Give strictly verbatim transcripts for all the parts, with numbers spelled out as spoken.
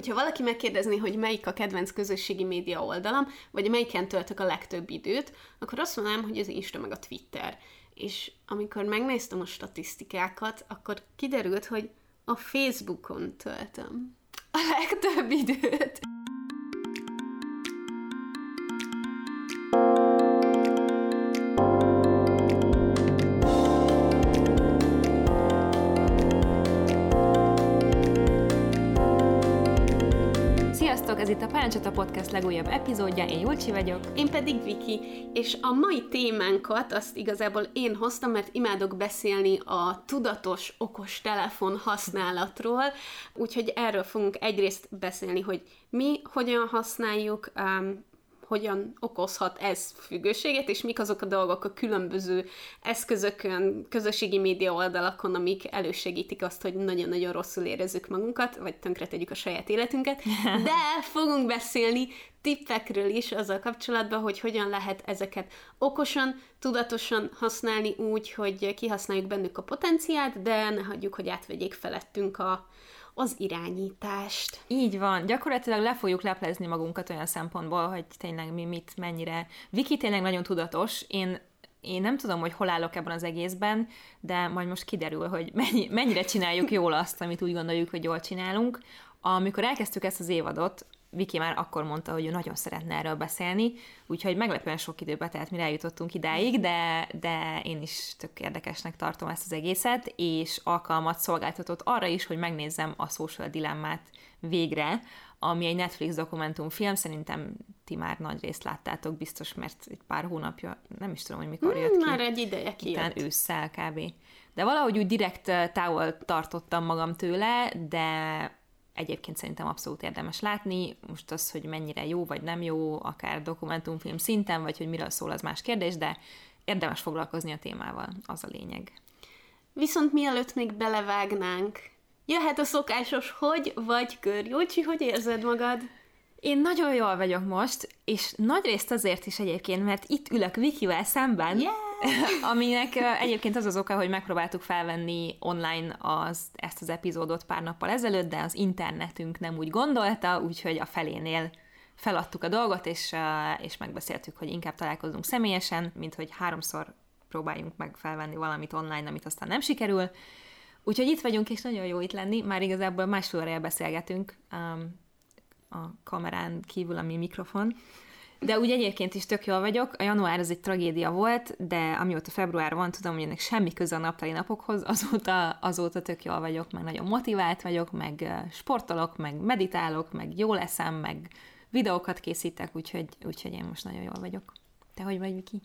hogyha valaki megkérdezné, hogy melyik a kedvenc közösségi média oldalam, vagy melyiken töltök a legtöbb időt, akkor azt mondanám, hogy az Insta meg a Twitter. És amikor megnéztem a statisztikákat, akkor kiderült, hogy a Facebookon töltöm a legtöbb időt. Sziasztok, ez itt a Parancsata Podcast legújabb epizódja, én Julcsi vagyok. Én pedig Viki, és a mai témánkat azt igazából én hoztam, mert imádok beszélni a tudatos, okos telefon használatról, úgyhogy erről fogunk egyrészt beszélni, hogy mi hogyan használjuk, um, hogyan okozhat ez függőséget, és mik azok a dolgok a különböző eszközökön, közösségi média oldalakon, amik elősegítik azt, hogy nagyon-nagyon rosszul érezzük magunkat, vagy tönkretegyük a saját életünket, de fogunk beszélni tippekről is azzal kapcsolatban, hogy hogyan lehet ezeket okosan, tudatosan használni úgy, hogy kihasználjuk bennük a potenciált, de ne hagyjuk, hogy átvegyék felettünk a az irányítást. Így van. Gyakorlatilag le fogjuk leplezni magunkat olyan szempontból, hogy tényleg mi mit, mennyire. Viki tényleg nagyon tudatos. Én, én nem tudom, hogy hol állok ebben az egészben, de majd most kiderül, hogy mennyi, mennyire csináljuk jól azt, amit úgy gondoljuk, hogy jól csinálunk. Amikor elkezdtük ezt az évadot, Viki már akkor mondta, hogy ő nagyon szeretne erről beszélni, úgyhogy meglepően sok időbe telt, mire eljutottunk idáig, de, de én is tök érdekesnek tartom ezt az egészet, és alkalmat szolgáltatott arra is, hogy megnézzem a Social Dilemmát végre, ami egy Netflix dokumentumfilm, szerintem ti már nagy részt láttátok biztos, mert egy pár hónapja, nem is tudom, hogy mikor jött ki. Már egy ideje kijött. Után ősszel kb. De valahogy úgy direkt távol tartottam magam tőle, de egyébként szerintem abszolút érdemes látni. Most az, hogy mennyire jó vagy nem jó, akár dokumentumfilm szinten, vagy hogy miről szól, az más kérdés, de érdemes foglalkozni a témával, az a lényeg. Viszont mielőtt még belevágnánk, jöhet a szokásos hogy vagy kör. Jócsi, hogy érzed magad? Én nagyon jól vagyok most, és nagyrészt azért is egyébként, mert itt ülök Vikivel szemben, yeah! aminek egyébként az az oka, hogy megpróbáltuk felvenni online az, ezt az epizódot pár nappal ezelőtt, de az internetünk nem úgy gondolta, úgyhogy a felénél feladtuk a dolgot, és, és megbeszéltük, hogy inkább találkozunk személyesen, mint hogy háromszor próbáljunk meg felvenni valamit online, amit aztán nem sikerül. Úgyhogy itt vagyunk, és nagyon jó itt lenni, már igazából másfél órája beszélgetünk, um, a kamerán kívül, ami mikrofon. De úgy egyébként is tök jól vagyok. A január az egy tragédia volt, de amióta február van, tudom, hogy ennek semmi köze a naptali napokhoz, azóta, azóta tök jól vagyok, meg nagyon motivált vagyok, meg sportolok, meg meditálok, meg jól eszem, meg videókat készítek, úgyhogy, úgyhogy én most nagyon jól vagyok. Te hogy vagy, Viki?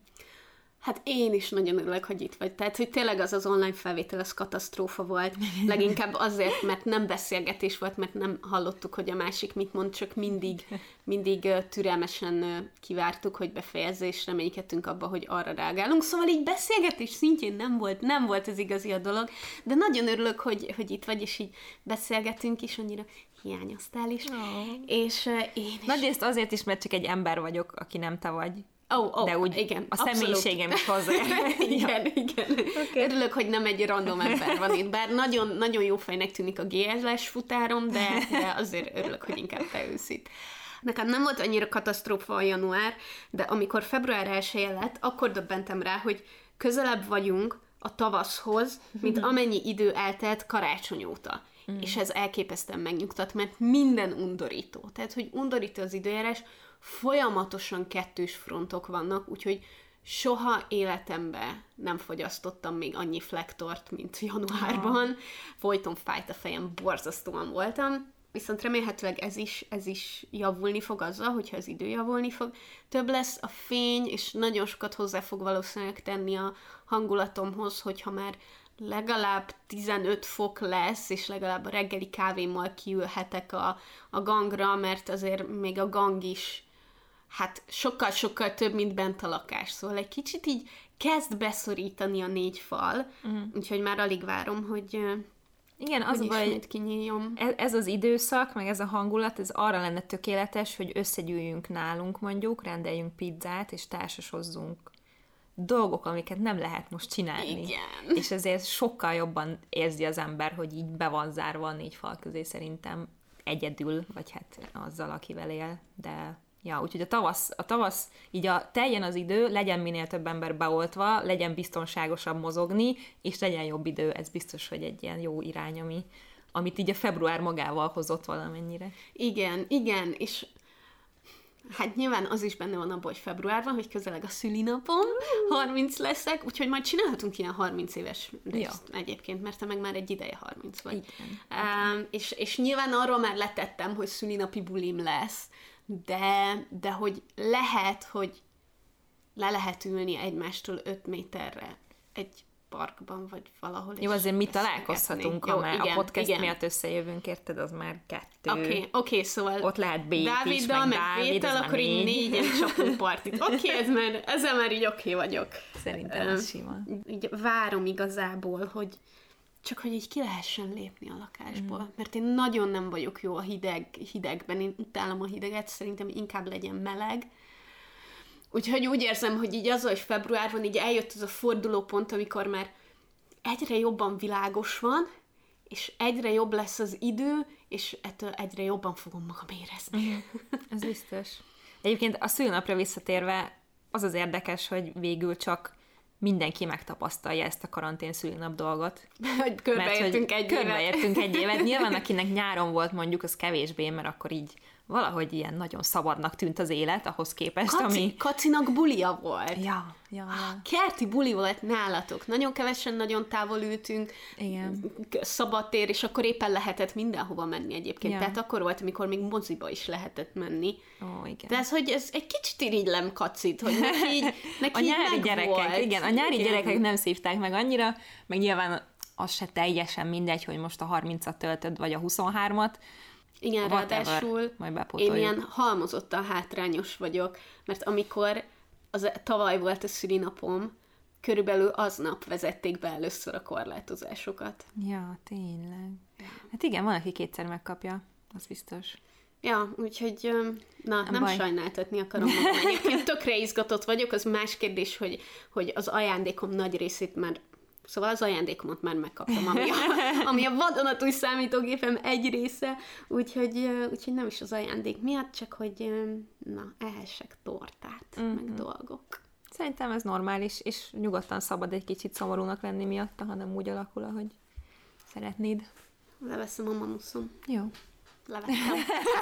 Hát én is nagyon örülök, hogy itt vagy. Tehát, hogy tényleg az az online felvétel, az katasztrófa volt. Leginkább azért, mert nem beszélgetés volt, mert nem hallottuk, hogy a másik mit mond, csak mindig, mindig türelmesen kivártuk, hogy befejezze, és reménykedtünk abba, hogy arra reagálunk. Szóval így beszélgetés szintjén nem volt, nem volt ez igazi a dolog, de nagyon örülök, hogy, hogy itt vagy, és így beszélgetünk is, annyira hiányoztál is. Oh. És uh, én is. Nagyrészt azért is, mert csak egy ember vagyok, aki nem te vagy. Oh, oh, de úgy igen, a személyiségem is hozzá. igen, igen. Okay. Örülök, hogy nem egy random ember van itt, bár nagyon, nagyon jó fejnek tűnik a gé es es futárom, de, de azért örülök, hogy inkább te ülsz itt. Nekem nem volt annyira katasztrófa a január, de amikor február elseje lett, akkor döbbentem rá, hogy közelebb vagyunk a tavaszhoz, mint amennyi idő eltelt karácsony óta. Mm. És ez elképesztően megnyugtat, mert minden undorító. Tehát, hogy undorító az időjárás, folyamatosan kettős frontok vannak, úgyhogy soha életemben nem fogyasztottam még annyi flektort, mint januárban. Oh. Folyton fájt a fejem, borzasztóan voltam. Viszont remélhetőleg ez is, ez is javulni fog azzal, hogyha az idő javulni fog. Több lesz a fény, és nagyon sokat hozzá fog valószínűleg tenni a hangulatomhoz, hogyha már legalább tizenöt fok lesz, és legalább a reggeli kávémmal kiülhetek a, a gangra, mert azért még a gang is hát sokkal-sokkal több, mint bent a lakás. Szóval egy kicsit így kezd beszorítani a négy fal, uh-huh. úgyhogy már alig várom, hogy igen, az baj, ez, ez az időszak, meg ez a hangulat, ez arra lenne tökéletes, hogy összegyűjjünk nálunk mondjuk, rendeljünk pizzát, és társasozzunk dolgok, amiket nem lehet most csinálni. Igen. És ezért sokkal jobban érzi az ember, hogy így be van zárva a négy fal közé szerintem. egyedül, vagy hát azzal, akivel él, de ja, úgyhogy a tavasz, a tavasz így a teljen az idő, legyen minél több ember beoltva, legyen biztonságosabb mozogni, és legyen jobb idő, ez biztos, hogy egy ilyen jó irány, ami, amit így a február magával hozott valamennyire. Igen, igen, és hát nyilván az is benne van abban, hogy februárban, hogy közeleg a szülinapom, harminc leszek, úgyhogy majd csinálhatunk ilyen harminc éves részt ja. egyébként, mert te meg már egy ideje harminc vagy. Um, és, és nyilván arról már letettem, hogy szülinapi bulim lesz, de, de hogy lehet, hogy le lehet ülni egymástól öt méterre egy parkban, vagy valahol. Jó, azért mi találkozhatunk, ha már igen, a podcast igen. miatt összejövünk, érted, az már kettő. Oké, okay, okay, szóval ott lehet Bét is, meg, meg Dávid, Bétel, akkor négy. Így négyen csapunk partit. Oké, okay, ez már, ezzel már így oké okay vagyok. Szerintem uh, az sima. Így várom igazából, hogy csak hogy így ki lehessen lépni a lakásból. Mm. Mert én nagyon nem vagyok jó a hideg, hidegben, én utálom a hideget, szerintem inkább legyen meleg. Úgyhogy úgy érzem, hogy így az, hogy februárban így eljött az a fordulópont, amikor már egyre jobban világos van, és egyre jobb lesz az idő, és ettől egyre jobban fogom magam érezni. Mm. Ez biztos. Egyébként a szülőnapra visszatérve az az érdekes, hogy végül csak mindenki megtapasztalja ezt a karantén szülinap dolgot. Hogy körbeértünk egy évet. Körbeértünk egy évet. Nyilván akinek nyáron volt mondjuk, az kevésbé, mert akkor így valahogy ilyen nagyon szabadnak tűnt az élet ahhoz képest, Kaci, ami... Kacinak bulia volt. Ja, ja, ja. Kerti buli volt nálatok. Nagyon kevesen, nagyon távol ültünk. Igen. Szabadtér, és akkor éppen lehetett mindenhova menni egyébként. Ja. Tehát akkor volt, amikor még moziba is lehetett menni. Ó, igen. De ez, hogy ez egy kicsit irigylem Kacit, hogy neki így, neki a nyári így gyerekek, volt. igen, a nyári igen. gyerekek nem szívták meg annyira, meg nyilván az se teljesen mindegy, hogy most a harmincat töltöd, vagy a huszonhármat. Igen, whatever. Ráadásul én ilyen halmozottan hátrányos vagyok, mert amikor az tavaly volt a szülinapom, körülbelül aznap vezették be először a korlátozásokat. Ja, tényleg. Hát igen, van, aki kétszer megkapja, az biztos. Ja, úgyhogy na, nem baj. Sajnáltatni akarom magam. Egyébként tökre izgatott vagyok, az más kérdés, hogy, hogy az ajándékom nagy részét már Szóval az ajándékomat már megkaptam, ami a, ami a vadonatúj számítógépem egy része, úgyhogy, úgyhogy nem is az ajándék miatt, csak hogy na, ehessek tortát, mm-hmm. meg dolgok. Szerintem ez normális, és nyugodtan szabad egy kicsit szomorúnak lenni miatta, hanem úgy alakul, ahogy szeretnéd. Leveszem a mamuszom. Jó. Levettem.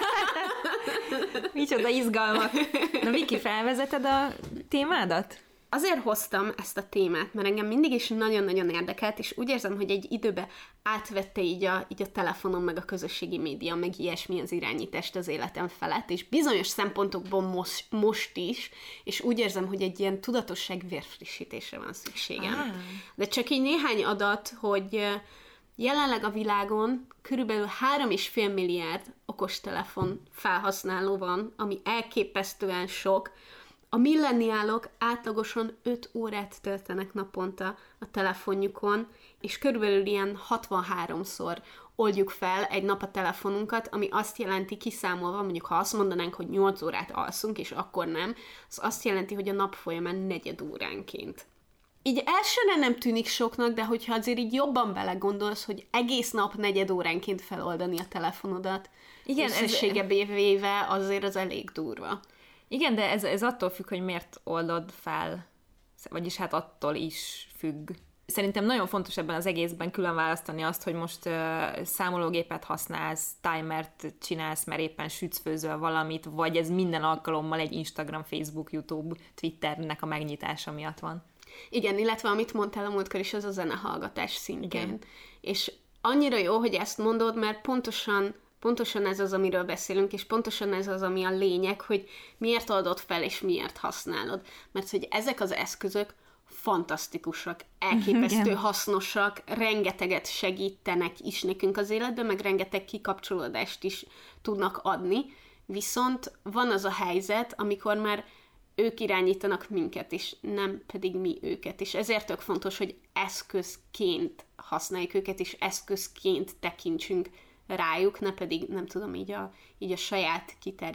Micsoda izgalmak. Na, Viki, felvezeted a témádat? Azért hoztam ezt a témát, mert engem mindig is nagyon-nagyon érdekelt, és úgy érzem, hogy egy időben átvette így a, így a telefonom, meg a közösségi média, meg ilyesmi az irányítást az életem felett, és bizonyos szempontokból most, most is, és úgy érzem, hogy egy ilyen tudatosság vérfrissítésre van szükségem. Ah. De csak így néhány adat, hogy jelenleg a világon körülbelül három és fél milliárd okostelefon felhasználó van, ami elképesztően sok. A milleniálok átlagosan öt órát töltenek naponta a telefonjukon, és körülbelül ilyen hatvanháromszor oldjuk fel egy nap a telefonunkat, ami azt jelenti, kiszámolva, mondjuk ha azt mondanánk, hogy nyolc órát alszunk, és akkor nem, az azt jelenti, hogy a nap folyamán negyed óránként. Így elsőre nem tűnik soknak, de hogyha azért így jobban belegondolsz, hogy egész nap negyed óránként feloldani a telefonodat, igen, összességebe véve azért az elég durva. Igen, de ez, ez attól függ, hogy miért oldod fel, vagyis hát attól is függ. Szerintem nagyon fontos ebben az egészben külön választani azt, hogy most uh, számológépet használsz, timert csinálsz, mert éppen sütsz, főzöl valamit, vagy ez minden alkalommal egy Instagram, Facebook, YouTube, Twitternek a megnyitása miatt van. Igen, illetve amit mondtál a múltkor is, az a zenehallgatás szintén. Igen. És annyira jó, hogy ezt mondod, mert pontosan Pontosan ez az, amiről beszélünk, és pontosan ez az, ami a lényeg, hogy miért oldod fel, és miért használod. Mert hogy ezek az eszközök fantasztikusak, elképesztő igen. hasznosak, rengeteget segítenek is nekünk az életben, meg rengeteg kikapcsolódást is tudnak adni, viszont van az a helyzet, amikor már ők irányítanak minket, és nem pedig mi őket. És ezért tök fontos, hogy eszközként használjuk őket, és eszközként tekintsünk rájuk, ne pedig, nem tudom, így a, így a saját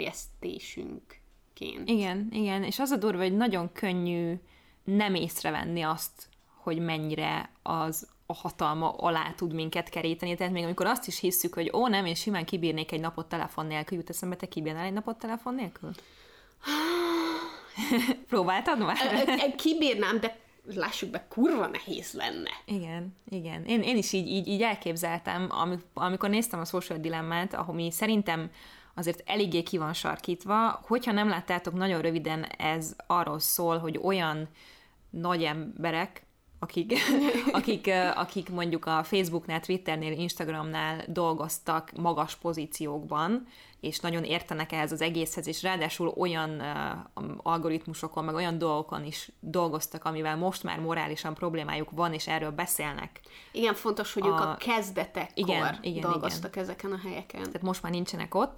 kiterjesztésünkként. Igen, igen, és az a durva, hogy nagyon könnyű nem észrevenni azt, hogy mennyire az a hatalma alá tud minket keríteni, tehát még amikor azt is hisszük, hogy ó, nem, én simán kibírnék egy napot telefon nélkül, jut eszembe, te kibírnál egy napot telefon nélkül? Próbáltad már? Kibírnám, de lássuk be, kurva nehéz lenne. Igen, igen. Én, én is így, így, így elképzeltem, amikor néztem a Social Dilemmát, ami szerintem azért eléggé ki van sarkítva. Hogyha nem láttátok, nagyon röviden ez arról szól, hogy olyan nagy emberek, akik, akik, akik mondjuk a Facebooknál, Twitternél, Instagramnál dolgoztak magas pozíciókban, és nagyon értenek ehhez az egészhez, és ráadásul olyan uh, algoritmusokon, meg olyan dolgokon is dolgoztak, amivel most már morálisan problémájuk van, és erről beszélnek. Igen, fontos, hogy a... ők a kezdetekkor igen, igen, dolgoztak igen. ezeken a helyeken. Tehát most már nincsenek ott.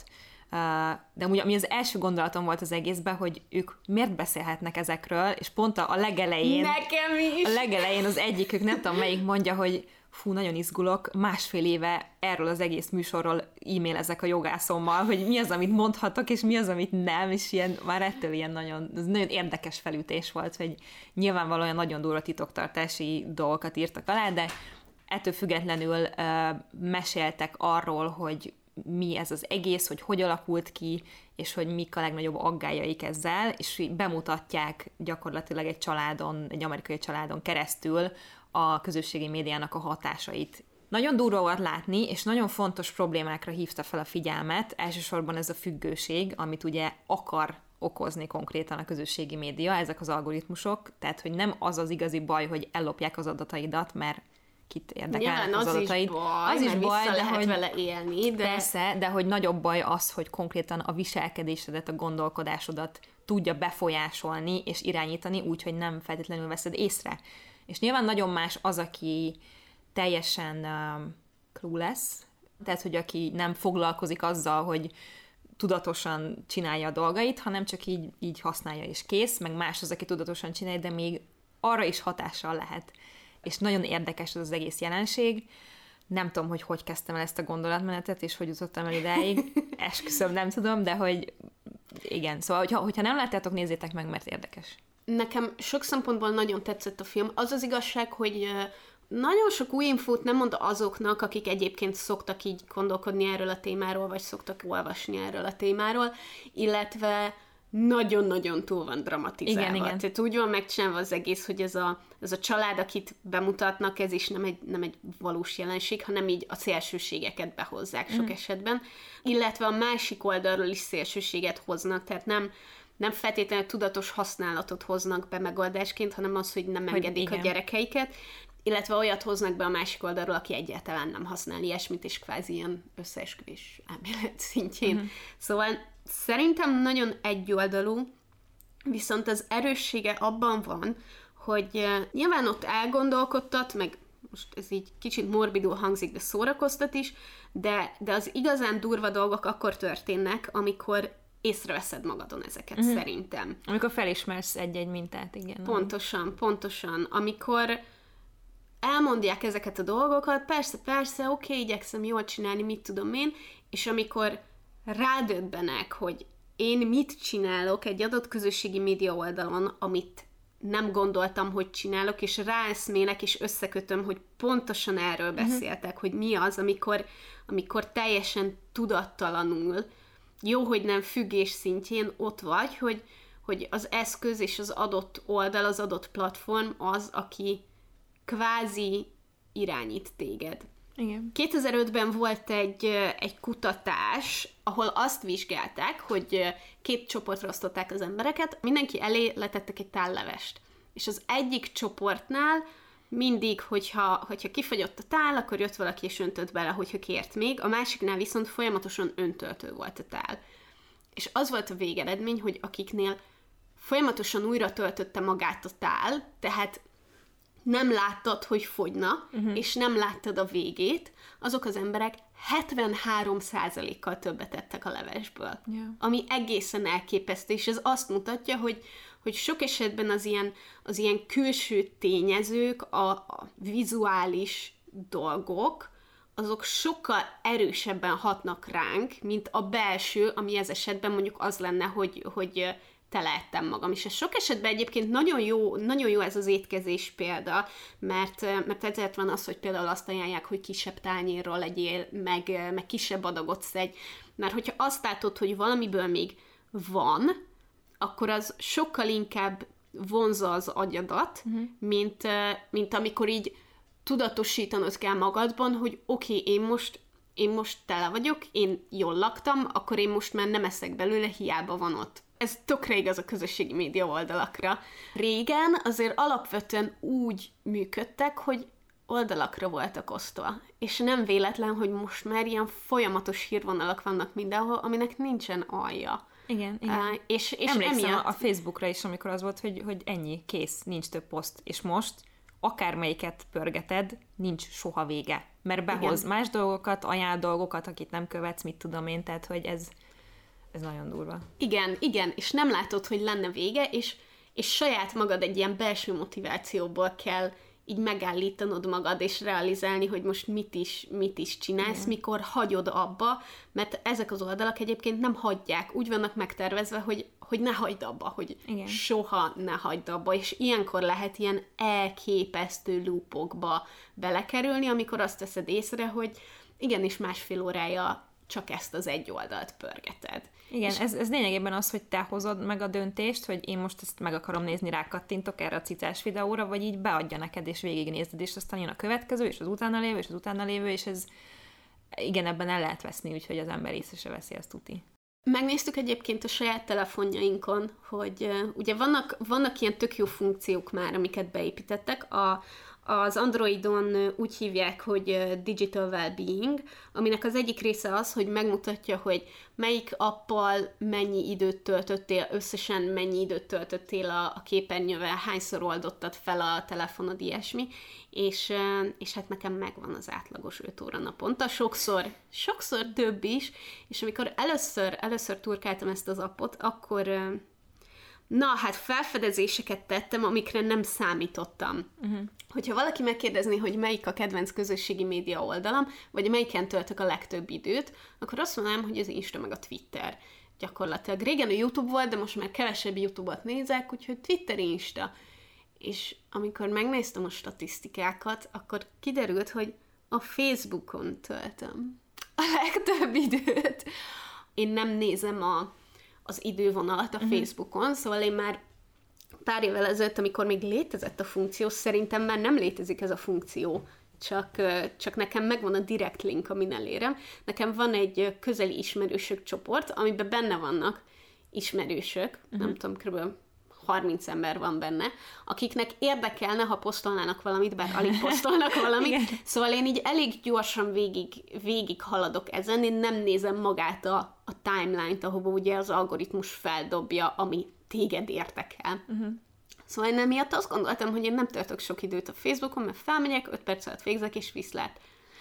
De ugye, ami az első gondolatom volt az egészben, hogy ők miért beszélhetnek ezekről, és pont a legelején, nekem is. A legelején az egyikük, nem tudom melyik mondja, hogy fú, nagyon izgulok, másfél éve erről az egész műsorról e-mailezek a jogászommal, hogy mi az, amit mondhatok, és mi az, amit nem, és ilyen, már ettől ilyen nagyon, ez nagyon érdekes felütés volt, hogy nyilvánvalóan nagyon durva titoktartási dolgokat írtak alá, de ettől függetlenül uh, meséltek arról, hogy mi ez az egész, hogy hogy alakult ki, és hogy mik a legnagyobb aggájaik ezzel, és bemutatják gyakorlatilag egy családon, egy amerikai családon keresztül a közösségi médiának a hatásait. Nagyon durva volt látni, és nagyon fontos problémákra hívta fel a figyelmet, elsősorban ez a függőség, amit ugye akar okozni konkrétan a közösségi média, ezek az algoritmusok, tehát hogy nem az az igazi baj, hogy ellopják az adataidat, mert kit érdekelnek az, az adataid. Baj, az is baj, de lehet hogy vele élni. De... Persze, de hogy nagyobb baj az, hogy konkrétan a viselkedésedet, a gondolkodásodat tudja befolyásolni és irányítani úgy, hogy nem feltétlenül veszed észre. És nyilván nagyon más az, aki teljesen uh, clueless, tehát, hogy aki nem foglalkozik azzal, hogy tudatosan csinálja a dolgait, hanem csak így, így használja és kész, meg más az, aki tudatosan csinálja, de még arra is hatással lehet. És nagyon érdekes ez az egész jelenség. Nem tudom, hogy hogy kezdtem el ezt a gondolatmenetet, és hogy jutottam el idáig. Esküszöm, nem tudom, de hogy igen. Szóval, hogyha, hogyha nem láttátok, nézzétek meg, mert érdekes. Nekem sok szempontból nagyon tetszett a film. Az az igazság, hogy nagyon sok új infót nem mond azoknak, akik egyébként szoktak így gondolkodni erről a témáról, vagy szoktak olvasni erről a témáról, illetve nagyon-nagyon túl van dramatizálva. Igen, igen. Tehát úgy van megcsinálva az egész, hogy ez a, ez a család, akit bemutatnak, ez is nem egy, nem egy valós jelenség, hanem így a szélsőségeket behozzák sok mm. esetben. Illetve a másik oldalról is szélsőséget hoznak, tehát nem, nem feltétlenül tudatos használatot hoznak be megoldásként, hanem az, hogy nem engedik hogy a gyerekeiket, illetve olyat hoznak be a másik oldalról, aki egyáltalán nem használ ilyesmit, és kvázi ilyen összeesküvés elmélet szintjén. Mm. Szóval szerintem nagyon egyoldalú, viszont az erőssége abban van, hogy uh, nyilván ott elgondolkodtat, meg most ez így kicsit morbidul hangzik, de szórakoztat is, de, de az igazán durva dolgok akkor történnek, amikor észreveszed magadon ezeket, uh-huh. szerintem. Amikor felismersz egy-egy mintát, igen. Pontosan, nem? pontosan. Amikor elmondják ezeket a dolgokat, persze, persze, oké, okay, igyekszem jól csinálni, mit tudom én, és amikor rádöbbenek, hogy én mit csinálok egy adott közösségi média oldalon, amit nem gondoltam, hogy csinálok, és ráeszmélek, és összekötöm, hogy pontosan erről beszéltek, uh-huh. hogy mi az, amikor, amikor teljesen tudattalanul, jó, hogy nem függés szintjén ott vagy, hogy, hogy az eszköz és az adott oldal, az adott platform az, aki kvázi irányít téged. Igen. kétezer-ötben volt egy, egy kutatás, ahol azt vizsgálták, hogy két csoportra osztották az embereket, mindenki elé letettek egy tállevest. És az egyik csoportnál mindig, hogyha, hogyha kifogyott a tál, akkor jött valaki és öntött bele, hogyha kért még, a másiknál viszont folyamatosan öntöltő volt a tál. És az volt a végeredmény, hogy akiknél folyamatosan újra töltötte magát a tál, tehát nem láttad, hogy fogyna, uh-huh. és nem láttad a végét, azok az emberek hetvenhárom százalékkal többet ettek a levesből. Yeah. Ami egészen elképesztő, és ez azt mutatja, hogy, hogy sok esetben az ilyen, az ilyen külső tényezők, a, a vizuális dolgok, azok sokkal erősebben hatnak ránk, mint a belső, ami ez esetben mondjuk az lenne, hogy, hogy teleettem magam. És ez sok esetben egyébként nagyon jó, nagyon jó ez az étkezés példa, mert, mert ezért van az, hogy például azt ajánlják, hogy kisebb tányérról legyél, meg, meg kisebb adagot szedj, mert hogyha azt látod, hogy valamiből még van, akkor az sokkal inkább vonzza az agyadat, uh-huh. mint, mint amikor így tudatosítanod kell magadban, hogy oké, okay, én most én most tele vagyok, én jól laktam, akkor én most már nem eszek belőle, hiába van ott. Ez tökre igaz a közösségi média oldalakra. Régen azért alapvetően úgy működtek, hogy oldalakra voltak osztva. És nem véletlen, hogy most már ilyen folyamatos hírvonalak vannak mindenhol, aminek nincsen alja. Igen, igen. Uh, és, és Emlékszem emiatt... a Facebookra is, amikor az volt, hogy, hogy ennyi, kész, nincs több poszt. És most akármelyiket pörgeted, nincs soha vége. Mert behoz igen. más dolgokat, ajánl dolgokat, akit nem követsz, mit tudom én, tehát hogy ez, ez nagyon durva. Igen, igen, és nem látod, hogy lenne vége, és, és saját magad egy ilyen belső motivációból kell így megállítanod magad, és realizálni, hogy most mit is, mit is csinálsz, igen. mikor hagyod abba, mert ezek az oldalak egyébként nem hagyják, úgy vannak megtervezve, hogy, hogy ne hagyd abba, hogy igen. soha ne hagyd abba, és ilyenkor lehet ilyen elképesztő loopokba belekerülni, amikor azt teszed észre, hogy igenis másfél órája csak ezt az egy oldalt pörgeted. Igen, ez, ez lényegében az, hogy te hozod meg a döntést, hogy én most ezt meg akarom nézni, rákattintok erre a cicás videóra, vagy így beadja neked, és végignézed, és aztán jön a következő, és az utána lévő, és az utána lévő, és ez igen, ebben el lehet veszni, úgyhogy az ember észre se veszi, azt tuti. Megnéztük egyébként a saját telefonjainkon, hogy uh, ugye vannak, vannak ilyen tök jó funkciók már, amiket beépítettek. A, az Androidon úgy hívják, hogy Digital Wellbeing, aminek az egyik része az, hogy megmutatja, hogy melyik appal mennyi időt töltöttél, összesen mennyi időt töltöttél a, a képernyővel, hányszor oldottad fel a telefonod, ilyesmi, és, és hát nekem megvan az átlagos öt óra naponta, sokszor, sokszor több is, és amikor először, először turkáltam ezt az appot, akkor na, hát felfedezéseket tettem, amikre nem számítottam. Uh-huh. Hogyha valaki megkérdezné, hogy melyik a kedvenc közösségi média oldalam, vagy melyiken töltök a legtöbb időt, akkor azt mondanám, hogy az Insta meg a Twitter. Gyakorlatilag régen a YouTube volt, de most már kevesebb YouTube-ot nézek, úgyhogy Twitter, Insta. És amikor megnéztem a statisztikákat, akkor kiderült, hogy a Facebookon töltöm a legtöbb időt. Én nem nézem a az idővonalat a uh-huh. Facebookon, szóval én már pár évvel ezelőtt, amikor még létezett a funkció, szerintem már nem létezik ez a funkció, csak, csak nekem megvan a direct link, amin elérem. Nekem van egy közeli ismerősök csoport, amiben benne vannak ismerősök, uh-huh. nem tudom, kb. harminc ember van benne, akiknek érdekelne, ha posztolnának valamit, bár alig posztolnak valamit. Szóval én így elég gyorsan végig, végig haladok ezen, én nem nézem magát a, a timeline-t, ahova ugye az algoritmus feldobja, ami téged érdekel. Uh-huh. Szóval én emiatt azt gondoltam, hogy én nem töltök sok időt a Facebookon, mert felmegyek, öt perc alatt végzek, és viszlát.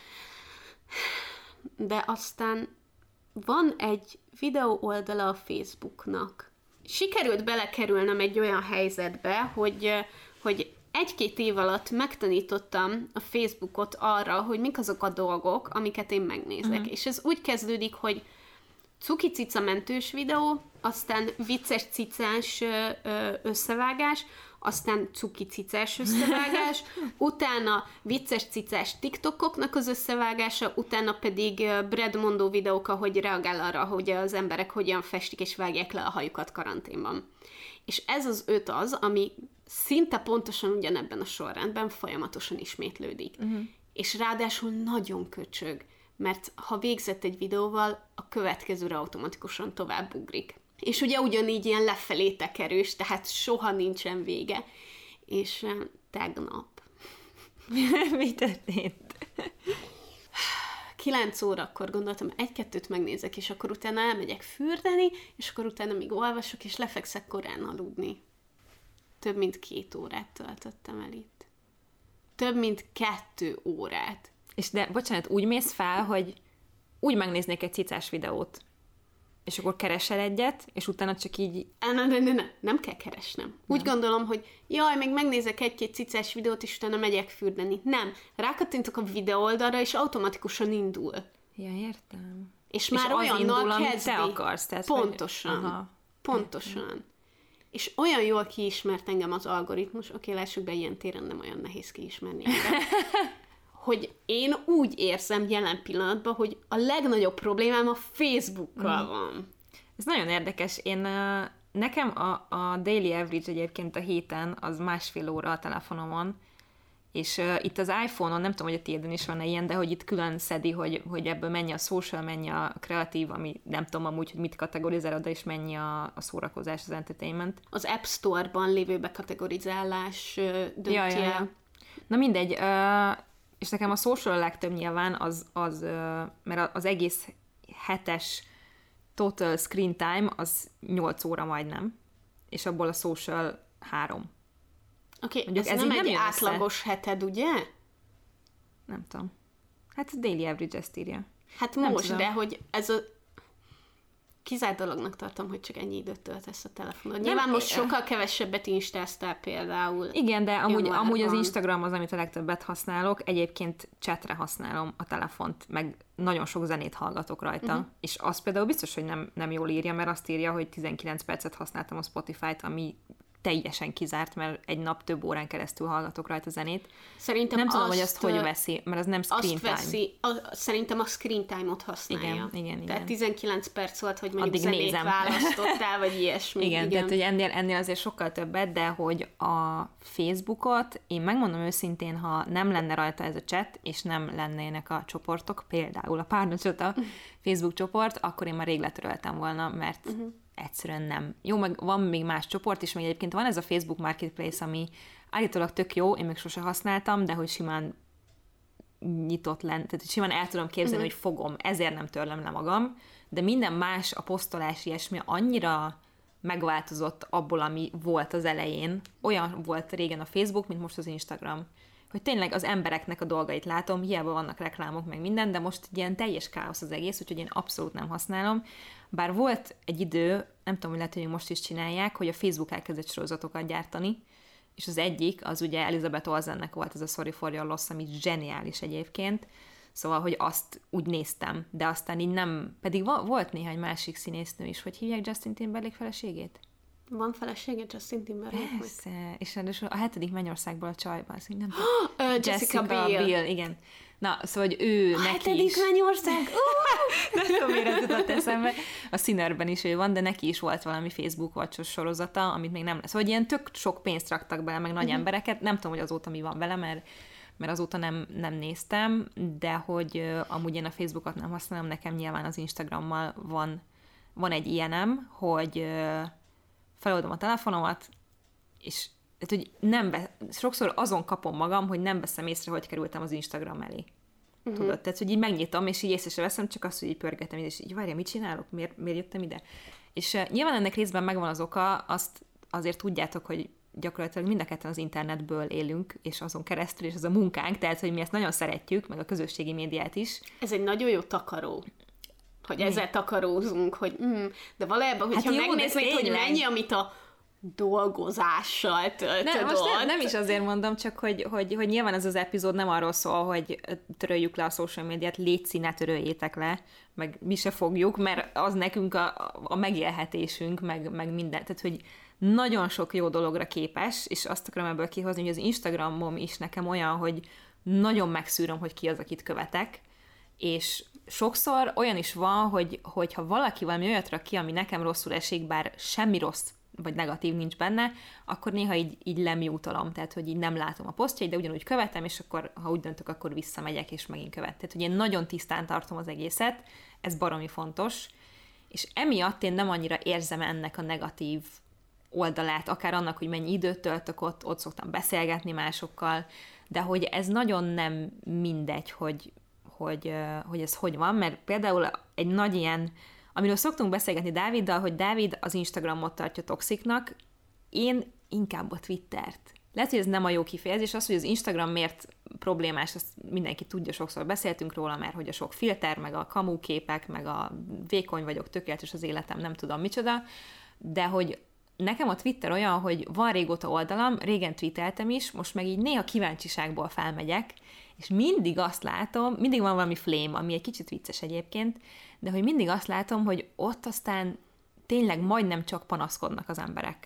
De aztán van egy videó oldala a Facebooknak. Sikerült belekerülnem egy olyan helyzetbe, hogy, hogy egy-két év alatt megtanítottam a Facebookot arra, hogy mik azok a dolgok, amiket én megnézek. Uh-huh. És ez úgy kezdődik, hogy cuki cica mentős videó, aztán vicces cicás összevágás, aztán cuki cicás összevágás, utána vicces cicás TikTokoknak az összevágása, utána pedig Brad mondó videók, ahogy reagál arra, hogy az emberek hogyan festik és vágják le a hajukat karanténban. És ez az öt az, ami szinte pontosan ugyanebben a sorrendben folyamatosan ismétlődik. Uh-huh. És ráadásul nagyon köcsög, mert ha végzett egy videóval, a következőre automatikusan tovább ugrik. És ugye ugyanígy ilyen lefelé tekerős, tehát soha nincsen vége. És uh, tegnap. Mi történt? Kilenc órakor gondoltam, egy-kettőt megnézek, és akkor utána elmegyek fürdeni, és akkor utána még olvasok, és lefekszek korán aludni. Több mint két órát töltöttem el itt. Több mint kettő órát. És de, bocsánat, úgy mész fel, hogy úgy megnéznék egy cicás videót, és akkor keresel egyet, és utána csak így... Nem, nem, nem, nem, nem kell keresnem. Úgy nem. Gondolom, hogy jaj, még megnézek egy-két cicás videót, és utána megyek fürdeni. Nem. Rákattintok a videó oldalra, és automatikusan indul. Ja, értem. És már és olyannal kezdi. te akarsz. Tehát pontosan. Hogy... Pontosan. és olyan jól kiismert engem az algoritmus, oké, lássuk be, ilyen téren nem olyan nehéz kiismerni engem, hogy én úgy érzem jelen pillanatban, hogy a legnagyobb problémám a Facebookkal mm. van. Ez nagyon érdekes. Én, nekem a, a daily average egyébként a héten az másfél óra a telefonomon, és uh, itt az iPhone-on, nem tudom, hogy a tiéden is van-e ilyen, de hogy itt külön szedi, hogy, hogy ebből mennyi a social, mennyi a kreatív, ami nem tudom amúgy, hogy mit kategorizál oda, és mennyi a, a szórakozás, az entertainment. Az App Store-ban lévő bekategorizálás uh, dönti ja, ja, ja. Na mindegy, uh, és nekem a social a legtöbb nyilván az, az uh, mert az egész hetes total screen time az nyolc óra majdnem, és abból a social három. Oké, okay, ez, ez nem egy nem átlagos össze. heted, ugye? Nem tudom. Hát a daily average ezt írja. Hát nem most, tudom. de hogy ez a kizárt dolognak tartom, hogy csak ennyi időt töltesz a telefonon. Nyilván most sokkal kevesebbet instáztál például. Igen, de amúgy, amúgy az Instagram az, amit a legtöbbet használok. Egyébként chatre használom a telefont, meg nagyon sok zenét hallgatok rajta. Uh-huh. És az például biztos, hogy nem, nem jól írja, mert azt írja, hogy tizenkilenc percet használtam a Spotify-t, ami teljesen kizárt, mert egy nap több órán keresztül hallgatok rajta zenét. Szerintem nem tudom, azt, hogy azt hogy veszi, mert az nem screen azt time. Veszi, a, szerintem a screen time-ot használja. Igen, igen, igen. Tehát tizenkilenc perc volt, hogy mondjuk addig zenét nézem. választottál, vagy ilyesmi. Igen, igen, tehát hogy ennél, ennél azért sokkal többet, de hogy a Facebookot, én megmondom őszintén, ha nem lenne rajta ez a chat, és nem lennének a csoportok, például a Párnacsota Facebook csoport, akkor én már rég letöröltem volna, mert uh-huh. egyszerűen nem. Jó, meg van még más csoport is, meg egyébként van ez a Facebook Marketplace, ami állítólag tök jó, én még sose használtam, de hogy simán nyitott lent, tehát simán el tudom képzelni, uh-huh. hogy fogom, ezért nem törlem le magam, de minden más, a posztolás ilyesmi annyira megváltozott abból, ami volt az elején. Olyan volt régen a Facebook, mint most az Instagram. Hogy tényleg az embereknek a dolgait látom, hiába vannak reklámok, meg minden, de most ilyen teljes káosz az egész, úgyhogy én abszolút nem használom. Bár volt egy idő, nem tudom, hogy lehet, hogy most is csinálják, hogy a Facebook elkezdett sorozatokat gyártani, és az egyik, az ugye Elizabeth Olsennek volt ez a Sorry for Your Loss, ami zseniális egyébként, szóval, hogy azt úgy néztem, de aztán így nem, pedig volt néhány másik színésznő is, hogy hívják Justin Timberlake feleségét? Van felesége Justin Timberlake? Persze, és a hetedik mennyországból a csajban, azt nem tudom. Uh, Jessica, Jessica Biel. Biel, igen. Na, szóval, hogy ő a neki hetedik is... mennyország! Uh! Nem tudom, miért jutott eszembe. A Sinnerben is ő van, de neki is volt valami Facebook watch-os sorozata, amit még nem lesz. Szóval, hogy ilyen tök sok pénzt raktak bele, meg nagy uh-huh. embereket. Nem tudom, hogy azóta mi van vele, mert, mert azóta nem, nem néztem, de hogy uh, amúgy én a Facebookot nem használom, nekem nyilván az Instagrammal van, van egy ilyenem, hogy uh, feloldom a telefonomat, és tehát, hogy nem be, sokszor azon kapom magam, hogy nem veszem észre, hogy kerültem az Instagram elé. Uh-huh. Tudod? Tehát, hogy így megnyitom, és így észre sem veszem, csak azt, hogy így pörgetem, és így várja, mit csinálok? Miért, miért jöttem ide? És uh, nyilván ennek részben megvan az oka, azt azért tudjátok, hogy gyakorlatilag mind a ketten az internetből élünk, és azon keresztül, és az a munkánk, tehát, hogy mi ezt nagyon szeretjük, meg a közösségi médiát is. Ez egy nagyon jó takaró. Hogy mi? Ezzel takarózunk, hogy mm, de valójában, hogyha hát megnéznéd, hogy mennyi, amit a dolgozással töltöd nem, most ott. Nem, nem is azért mondom, csak hogy, hogy, hogy nyilván ez az epizód nem arról szól, hogy töröljük le a social médiát, létszi, ne töröljétek le, meg mi se fogjuk, mert az nekünk a, a megélhetésünk, meg, meg minden. Tehát, hogy nagyon sok jó dologra képes, és azt akarom ebből kihozni, hogy az Instagramom is nekem olyan, hogy nagyon megszűröm, hogy ki az, akit követek, és sokszor olyan is van, hogy, hogyha valaki valami olyat rak ki, ami nekem rosszul esik, bár semmi rossz vagy negatív nincs benne, akkor néha így, így lemjútolom, tehát hogy így nem látom a posztjait, de ugyanúgy követem, és akkor, ha úgy döntök, akkor visszamegyek, és megint követ. Tehát, hogy én nagyon tisztán tartom az egészet, ez baromi fontos, és emiatt én nem annyira érzem ennek a negatív oldalát, akár annak, hogy mennyi időt töltök ott, ott szoktam beszélgetni másokkal, de hogy ez nagyon nem mindegy, hogy, hogy, hogy ez hogy van, mert például egy nagy ilyen, amiről szoktunk beszélgetni Dáviddal, hogy Dávid az Instagramot tartja toxiknak, én inkább a Twittert. Lehet, hogy ez nem a jó kifejezés, az, hogy az Instagram miért problémás, azt mindenki tudja, sokszor beszéltünk róla, mert hogy a sok filter, meg a kamu képek, meg a vékony vagyok, tökéletes az életem, nem tudom micsoda, de hogy nekem a Twitter olyan, hogy van régóta oldalam, régen tweeteltem is, most meg így néha kíváncsiságból felmegyek, és mindig azt látom, mindig van valami flame, ami egy kicsit vicces egyébként, de hogy mindig azt látom, hogy ott aztán tényleg majdnem csak panaszkodnak az emberek.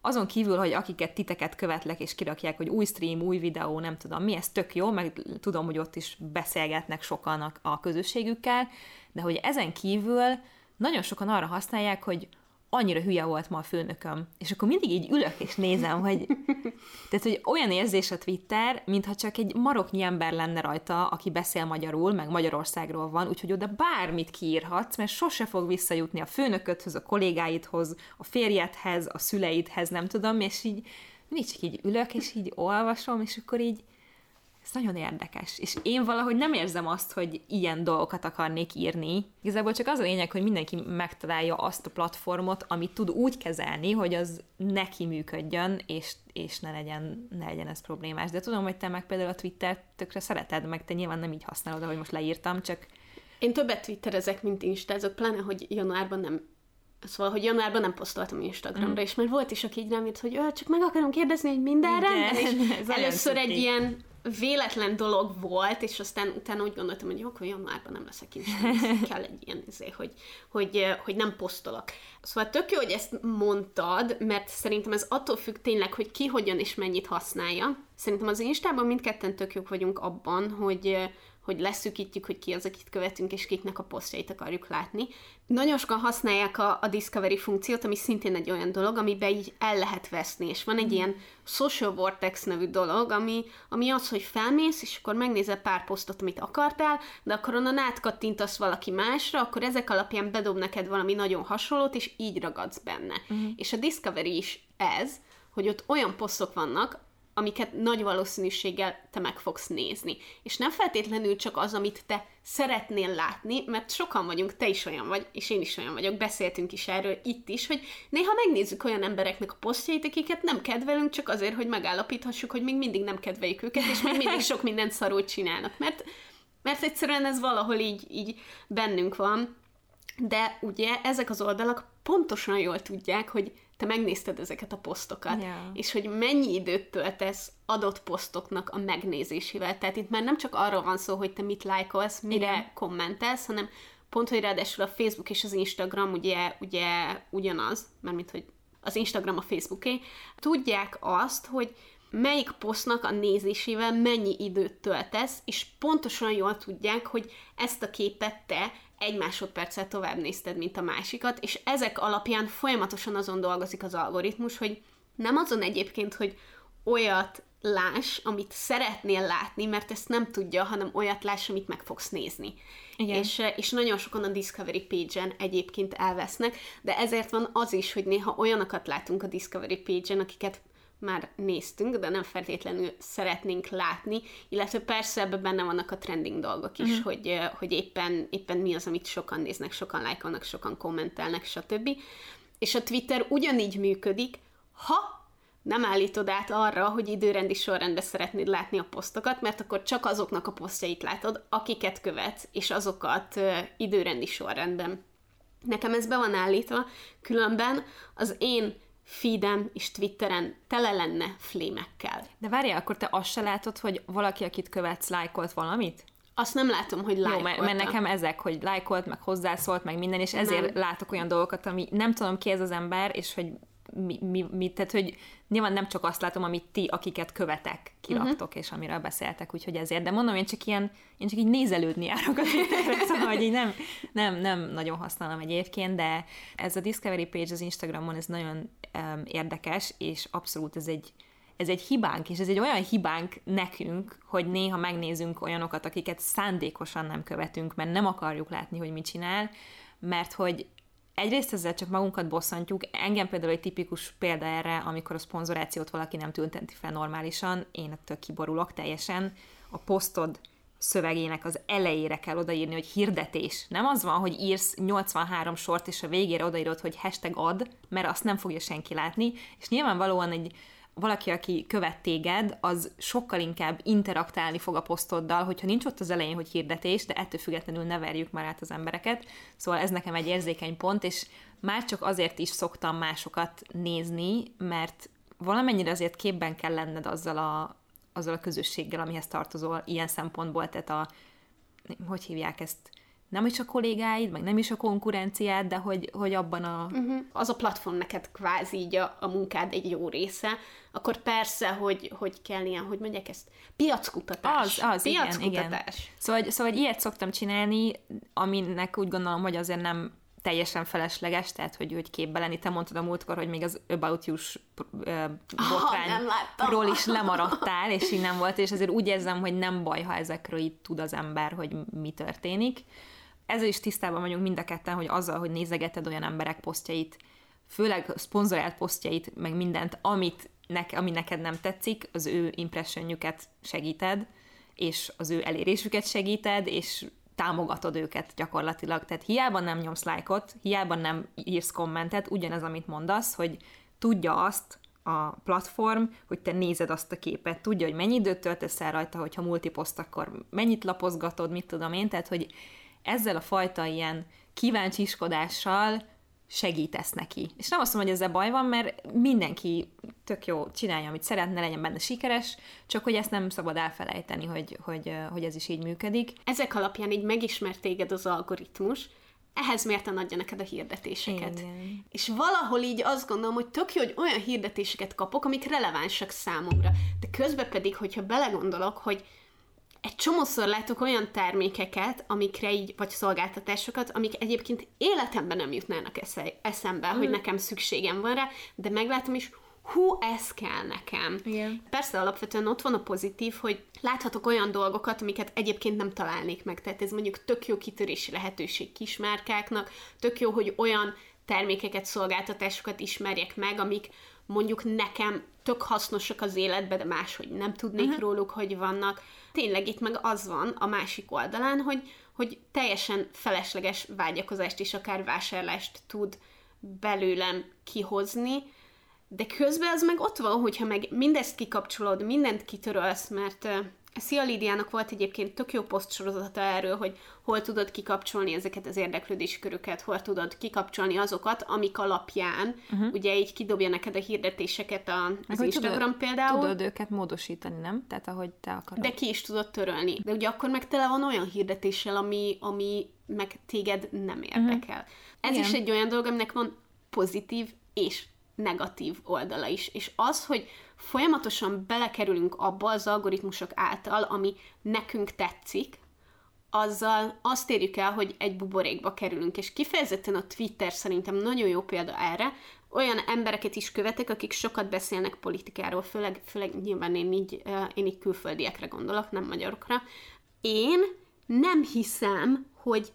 azon kívül, hogy akiket titeket követlek, és kirakják, hogy új stream, új videó, nem tudom mi, ez tök jó, meg tudom, hogy ott is beszélgetnek sokan a, a közösségükkel, de hogy ezen kívül nagyon sokan arra használják, hogy annyira hülye volt ma a főnököm. És akkor mindig így ülök és nézem, hogy... Tehát, hogy olyan érzés a Twitter, mintha csak egy maroknyi ember lenne rajta, aki beszél magyarul, meg Magyarországról van, úgyhogy oda bármit kiírhatsz, mert sose fog visszajutni a főnöködhöz, a kollégáidhoz, a férjedhez, a szüleidhez, nem tudom, és így mindig csak így ülök, és így olvasom, és akkor így ez nagyon érdekes. És én valahogy nem érzem azt, hogy ilyen dolgokat akarnék írni. Igazából csak az a lényeg, hogy mindenki megtalálja azt a platformot, amit tud úgy kezelni, hogy az neki működjön, és, és ne, legyen, ne legyen ez problémás. De tudom, hogy te meg például a Twittert tökre szereted, meg te nyilván nem így használod, ahogy most leírtam, csak... Én többet twitterezek, mint instázok, pláne, hogy januárban nem Szóval, hogy januárban nem posztoltam Instagramra, mm. és már volt is, aki így rám írt, hogy csak meg akarom kérdezni, hogy minden rendben, és először egy ilyen véletlen dolog volt, és aztán utána úgy gondoltam, hogy jó, akkor januárban nem leszek Instagramon, kell egy ilyen izé, hogy, hogy, hogy nem posztolok. Szóval tök jó, hogy ezt mondtad, mert szerintem ez attól függ tényleg, hogy ki, hogyan és mennyit használja. Szerintem az Instában mindketten tök jók vagyunk abban, hogy hogy leszűkítjük, hogy ki az, akit követünk, és kiknek a posztjait akarjuk látni. Nagyon sokan használják a, a Discovery funkciót, ami szintén egy olyan dolog, amiben így el lehet veszni, és van egy mm. ilyen Social Vortex nevű dolog, ami, ami az, hogy felmész, és akkor megnézel pár posztot, amit akartál, de akkor onnan átkattintasz valaki másra, akkor ezek alapján bedob neked valami nagyon hasonlót, és így ragadsz benne. Mm. És a Discovery is ez, hogy ott olyan posztok vannak, amiket nagy valószínűséggel te meg fogsz nézni. És nem feltétlenül csak az, amit te szeretnél látni, mert sokan vagyunk, te is olyan vagy, és én is olyan vagyok, beszéltünk is erről itt is, hogy néha megnézzük olyan embereknek a posztjait, akiket nem kedvelünk, csak azért, hogy megállapíthassuk, hogy még mindig nem kedveljük őket, és még mindig sok mindent szarul csinálnak, mert, mert egyszerűen ez valahol így, így bennünk van. De ugye ezek az oldalak pontosan jól tudják, hogy te megnézted ezeket a posztokat, yeah. és hogy mennyi időt töltesz adott posztoknak a megnézésével. Tehát itt már nem csak arról van szó, hogy te mit lájkolsz, mire yeah. kommentelsz, hanem pont, hogy ráadásul a Facebook és az Instagram ugye, ugye ugyanaz, mármint, hogy az Instagram a Facebooké, tudják azt, hogy melyik posztnak a nézésével mennyi időt töltesz, és pontosan jól tudják, hogy ezt a képet te egy másodperccel tovább nézted, mint a másikat, és ezek alapján folyamatosan azon dolgozik az algoritmus, hogy nem azon egyébként, hogy olyat láss, amit szeretnél látni, mert ezt nem tudja, hanem olyat láss, amit meg fogsz nézni. Igen. És, és nagyon sokan a Discovery page-en egyébként elvesznek, de ezért van az is, hogy néha olyanokat látunk a Discovery page-en, akiket már néztünk, de nem feltétlenül szeretnénk látni, illetve persze ebben benne vannak a trending dolgok is, uh-huh. hogy, hogy éppen, éppen mi az, amit sokan néznek, sokan lájkolnak, sokan kommentelnek, stb. És a Twitter ugyanígy működik, ha nem állítod át arra, hogy időrendi sorrendben szeretnéd látni a posztokat, mert akkor csak azoknak a posztjait látod, akiket követsz, és azokat uh, időrendi sorrendben. Nekem ez be van állítva, különben az én feedem és Twitteren tele lenne flémekkel. De várjál, akkor te azt se látod, hogy valaki, akit követsz, lájkolt valamit? Azt nem látom, hogy lájkolta. Jó, mert, mert nekem ezek, hogy lájkolt, meg hozzászólt, meg minden, és ezért nem. látok olyan dolgokat, ami nem tudom ki ez az ember, és hogy mi, mi, mi, tehát, hogy nyilván nem csak azt látom, amit ti, akiket követek, kiraktok, uh-huh. és amiről beszéltek, úgyhogy ezért. De mondom, én csak ilyen, én csak így nézelődni járok a Twitterre, szóval, hogy így nem, nem, nem nagyon használom egyébként, de ez a Discovery page az Instagramon, ez nagyon um, érdekes, és abszolút ez egy, ez egy hibánk, és ez egy olyan hibánk nekünk, hogy néha megnézünk olyanokat, akiket szándékosan nem követünk, mert nem akarjuk látni, hogy mit csinál, mert hogy egyrészt ezzel csak magunkat bosszantjuk. Engem például egy tipikus példa erre, amikor a szponzorációt valaki nem tünteti fel normálisan, én ettől kiborulok teljesen. A posztod szövegének az elejére kell odaírni, hogy hirdetés. Nem az van, hogy írsz nyolcvanhárom sort, és a végére odaírod, hogy hashtag ad, mert azt nem fogja senki látni, és nyilvánvalóan egy valaki, aki követ téged, az sokkal inkább interaktálni fog a posztoddal, hogyha nincs ott az elején, hogy hirdetés, de ettől függetlenül ne verjük már át az embereket. Szóval ez nekem egy érzékeny pont, és már csak azért is szoktam másokat nézni, mert valamennyire azért képben kell lenned azzal a, azzal a közösséggel, amihez tartozol ilyen szempontból, tehát a, hogy hívják ezt, nem is a kollégáid, meg nem is a konkurenciád, de hogy, hogy abban a... Uh-huh. Az a platform neked kvázi így a, a munkád egy jó része, akkor persze, hogy, hogy kell ilyen, hogy mondják ezt, piackutatás. Az, az, piackutatás. igen, igen. Szóval, szóval ilyet szoktam csinálni, aminek úgy gondolom, hogy azért nem teljesen felesleges, tehát hogy, hogy képbe lenni. Te mondtad a múltkor, hogy még az About You-s uh, botrányról is lemaradtál, és így nem volt, és azért úgy érzem, hogy nem baj, ha ezekről így tud az ember, hogy mi történik. Ezzel is tisztában vagyunk mind a ketten, hogy azzal, hogy nézegeted olyan emberek posztjait, főleg szponzorált posztjait, meg mindent, amit nek, ami neked nem tetszik, az ő impressionjüket segíted, és az ő elérésüket segíted, és támogatod őket gyakorlatilag. Tehát hiába nem nyomsz lájkot, hiába nem írsz kommentet, ugyanez, amit mondasz, hogy tudja azt a platform, hogy te nézed azt a képet, tudja, hogy mennyi időt töltesz el rajta, hogyha multiposzt, akkor mennyit lapozgatod, mit tudom én, tehát, hogy ezzel a fajta ilyen kíváncsiskodással segítesz neki. És nem azt mondom, hogy ezzel baj van, mert mindenki tök jó csinálja, amit szeretne, legyen benne sikeres, csak hogy ezt nem szabad elfelejteni, hogy, hogy, hogy ez is így működik. Ezek alapján így megismert téged az algoritmus, ehhez mérten adja neked a hirdetéseket. Igen. És valahol így azt gondolom, hogy tök jó, hogy olyan hirdetéseket kapok, amik relevánsak számomra. De közben pedig, hogyha belegondolok, hogy egy csomószor látok olyan termékeket, amikre így, vagy szolgáltatásokat, amik egyébként életemben nem jutnának eszembe, mm. hogy nekem szükségem van rá, de meglátom is, hú, ez kell nekem. Igen. Persze alapvetően ott van a pozitív, hogy láthatok olyan dolgokat, amiket egyébként nem találnék meg. Tehát ez mondjuk tök jó kitörési lehetőség kismárkáknak, tök jó, hogy olyan termékeket, szolgáltatásokat ismerjek meg, amik mondjuk nekem tök hasznosak az életben, de máshogy nem tudnék uh-huh. róluk, hogy vannak. Tényleg itt meg az van a másik oldalán, hogy, hogy teljesen felesleges vágyakozást és akár vásárlást tud belőlem kihozni, de közben az meg ott van, hogyha meg mindezt kikapcsolod, mindent kitörölsz, mert uh, Szia Lídiának volt egyébként tök jó posztsorozata erről, hogy hol tudod kikapcsolni ezeket az érdeklődési köröket, hol tudod kikapcsolni azokat, amik alapján uh-huh. ugye így kidobja neked a hirdetéseket a, az meg Instagram tudod, például. Tudod őket módosítani, nem? Tehát ahogy te akarod. De ki is tudod törölni. De ugye akkor meg tele van olyan hirdetéssel, ami, ami meg téged nem érdekel. Uh-huh. Ez Igen. is egy olyan dolog, aminek van pozitív és negatív oldala is. És az, hogy folyamatosan belekerülünk abba az algoritmusok által, ami nekünk tetszik, azzal azt érjük el, hogy egy buborékba kerülünk. És kifejezetten a Twitter szerintem nagyon jó példa erre. Olyan embereket is követek, akik sokat beszélnek politikáról, főleg, főleg nyilván én így, én így külföldiekre gondolok, nem magyarokra. Én nem hiszem, hogy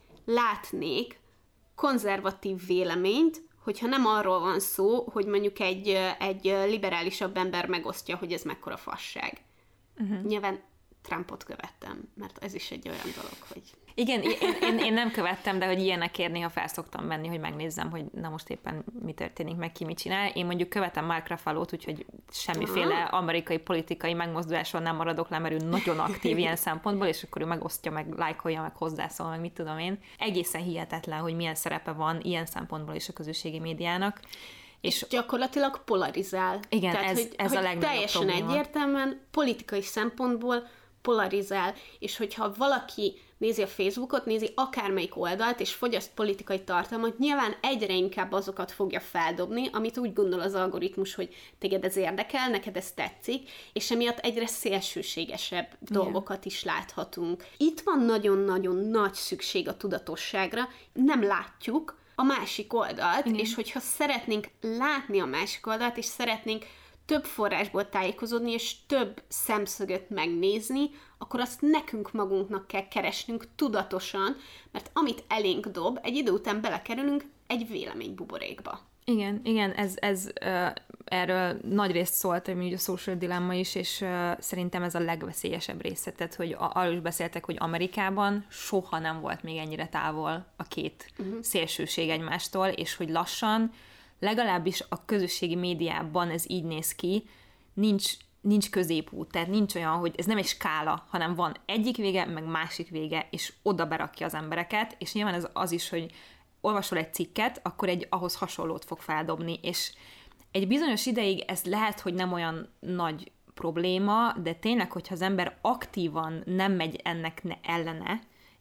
látnék konzervatív véleményt, hogyha nem arról van szó, hogy mondjuk egy, egy liberálisabb ember megosztja, hogy ez mekkora fasság. Uh-huh. Nyilván Trumpot követtem, mert ez is egy olyan dolog, hogy... Igen, én, én, én nem követtem, de hogy ilyenekért néha felszoktam menni, hogy megnézzem, hogy na most éppen mi történik, meg ki mit csinál. Én mondjuk követem Mark Ruffalo-t, úgyhogy semmiféle amerikai politikai megmozduláson nem maradok le, mert ő nagyon aktív ilyen szempontból, és akkor ő megosztja, meg lájkolja, meg hozzászól, meg mit tudom én. Egészen hihetetlen, hogy milyen szerepe van ilyen szempontból is a közösségi médiának. És, és gyakorlatilag polarizál. Igen, Tehát, ez, hogy, ez hogy a legnagyobb teljesen probléma. Egyértelműen politikai szempontból polarizál, és hogyha valaki nézi a Facebookot, nézi akármelyik oldalt, és fogyaszt politikai tartalmat, nyilván egyre inkább azokat fogja feldobni, amit úgy gondol az algoritmus, hogy téged ez érdekel, neked ez tetszik, és emiatt egyre szélsőségesebb Igen. dolgokat is láthatunk. Itt van nagyon-nagyon nagy szükség a tudatosságra, nem látjuk a másik oldalt, Igen. és hogyha szeretnénk látni a másik oldalt, és szeretnénk több forrásból tájékozódni, és több szemszögöt megnézni, akkor azt nekünk magunknak kell keresnünk tudatosan, mert amit elénk dob, egy idő után belekerülünk egy véleménybuborékba. Igen, igen, ez, ez uh, erről nagy részt szólt, hogy a social dilemma is, és uh, szerintem ez a legveszélyesebb része, tehát, hogy arról is beszéltek, hogy Amerikában soha nem volt még ennyire távol a két uh-huh. szélsőség egymástól, és hogy lassan legalábbis a közösségi médiában ez így néz ki, nincs, nincs középút, tehát nincs olyan, hogy ez nem egy skála, hanem van egyik vége, meg másik vége, és oda berakja az embereket, és nyilván ez az is, hogy olvasol egy cikket, akkor egy ahhoz hasonlót fog feldobni, és egy bizonyos ideig ez lehet, hogy nem olyan nagy probléma, de tényleg, hogyha az ember aktívan nem megy ennek ellene,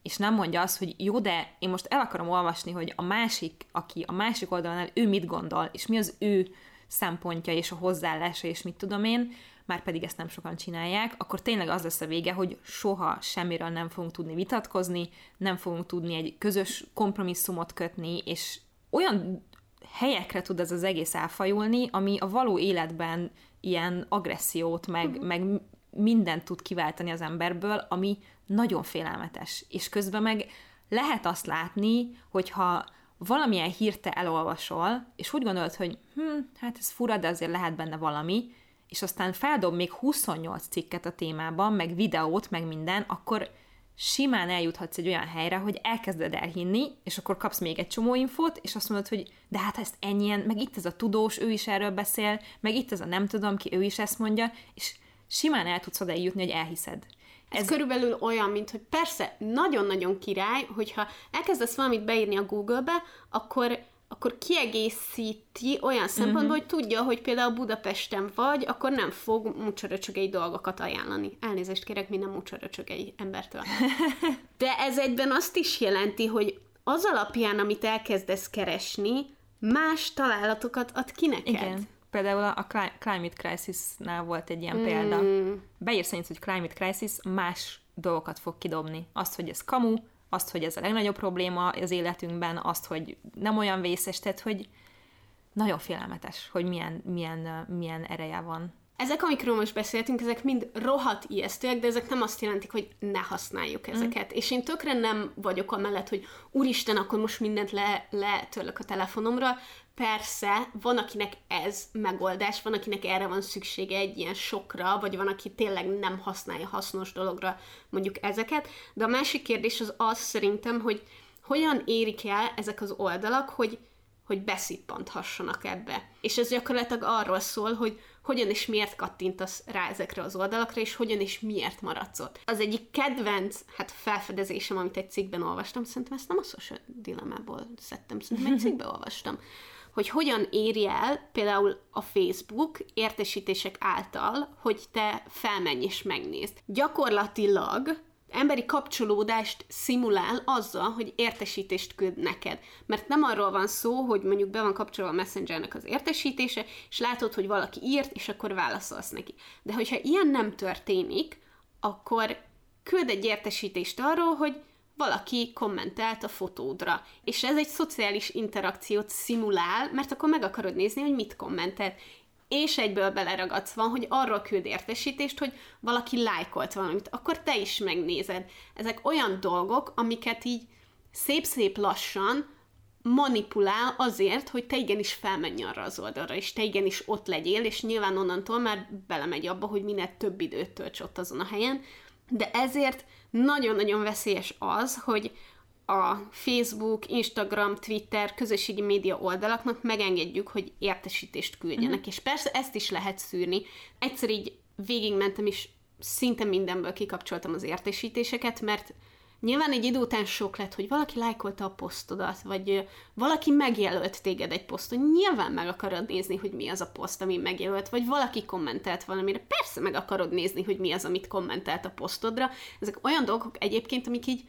és nem mondja azt, hogy jó, de én most el akarom olvasni, hogy a másik, aki a másik oldalon áll, ő mit gondol, és mi az ő szempontja és a hozzáállása, és mit tudom én, már pedig ezt nem sokan csinálják, akkor tényleg az lesz a vége, hogy soha semmiről nem fogunk tudni vitatkozni, nem fogunk tudni egy közös kompromisszumot kötni, és olyan helyekre tud ez az egész elfajulni, ami a való életben ilyen agressziót, meg, uh-huh. meg mindent tud kiváltani az emberből, ami nagyon félelmetes. És közben meg lehet azt látni, hogyha valamilyen hírt te elolvasol, és úgy gondolod, hogy hm, hát ez fura, de azért lehet benne valami, és aztán feldob még huszonnyolc cikket a témában, meg videót, meg minden, akkor simán eljuthatsz egy olyan helyre, hogy elkezded elhinni, és akkor kapsz még egy csomó infót, és azt mondod, hogy de hát ezt ennyien, meg itt ez a tudós, ő is erről beszél, meg itt ez a nem tudom ki, ő is ezt mondja, és simán el tudsz oda jutni, hogy elhiszed. Ez, Ez körülbelül olyan, mint hogy persze, nagyon-nagyon király, hogyha elkezdesz valamit beírni a Google-be, akkor, akkor kiegészíti olyan szempontból, uh-huh. hogy tudja, hogy például Budapesten vagy, akkor nem fog mucsaröcsögei dolgokat ajánlani. Elnézést kérek minden mucsaröcsögei embertől. De ez egyben azt is jelenti, hogy az alapján, amit elkezdesz keresni, más találatokat ad ki neked. Igen. Például a Climate Crisis-nál volt egy ilyen mm. példa. Beírsz annyit, hogy Climate Crisis, más dolgokat fog kidobni. Azt, hogy ez kamu, azt, hogy ez a legnagyobb probléma az életünkben, azt, hogy nem olyan vészes, tehát, hogy nagyon félelmetes, hogy milyen, milyen, milyen ereje van. Ezek, amikről most beszéltünk, ezek mind rohadt ijesztőek, de ezek nem azt jelentik, hogy ne használjuk ezeket. Mm. És én tökre nem vagyok amellett, hogy úristen, akkor most mindent le, letörlök a telefonomra. Persze, van, akinek ez megoldás, van, akinek erre van szüksége egy ilyen sokra, vagy van, aki tényleg nem használja hasznos dologra mondjuk ezeket. De a másik kérdés az az szerintem, hogy hogyan érik el ezek az oldalak, hogy, hogy beszippanthassanak ebbe. És ez gyakorlatilag arról szól, hogy hogyan és miért kattintasz rá ezekre az oldalakra, és hogyan és miért maradsz ott. Az egyik kedvenc hát felfedezésem, amit egy cikkben olvastam, szerintem ezt nem a Social Dilemmából szedtem, szerintem egy cikkben olvastam, hogy hogyan éri el például a Facebook értesítések által, hogy te felmenj és megnézd. Gyakorlatilag emberi kapcsolódást szimulál azzal, hogy értesítést küld neked. Mert nem arról van szó, hogy mondjuk be van kapcsolva a Messengernek az értesítése, és látod, hogy valaki írt, és akkor válaszolsz neki. De hogyha ilyen nem történik, akkor küld egy értesítést arról, hogy valaki kommentelt a fotódra. És ez egy szociális interakciót szimulál, mert akkor meg akarod nézni, hogy mit kommentelt. És egyből beleragadsz van, hogy arról küld értesítést, hogy valaki lájkolt valamit, akkor te is megnézed. Ezek olyan dolgok, amiket így szép-szép lassan manipulál azért, hogy te igenis felmenj arra az oldalra, és te igenis ott legyél, és nyilván onnantól már belemegy abba, hogy minél több időt tölts ott azon a helyen. De ezért nagyon-nagyon veszélyes az, hogy a Facebook, Instagram, Twitter, közösségi média oldalaknak megengedjük, hogy értesítést küldjenek. Uh-huh. És persze ezt is lehet szűrni. Egyszer így végigmentem, és szinte mindenből kikapcsoltam az értesítéseket, mert nyilván egy idő után sok lett, hogy valaki lájkolta a posztodat, vagy valaki megjelölt téged egy poszton. Nyilván meg akarod nézni, hogy mi az a poszt, ami megjelölt, vagy valaki kommentelt valamire. Persze meg akarod nézni, hogy mi az, amit kommentelt a posztodra. Ezek olyan dolgok egyébként, amik így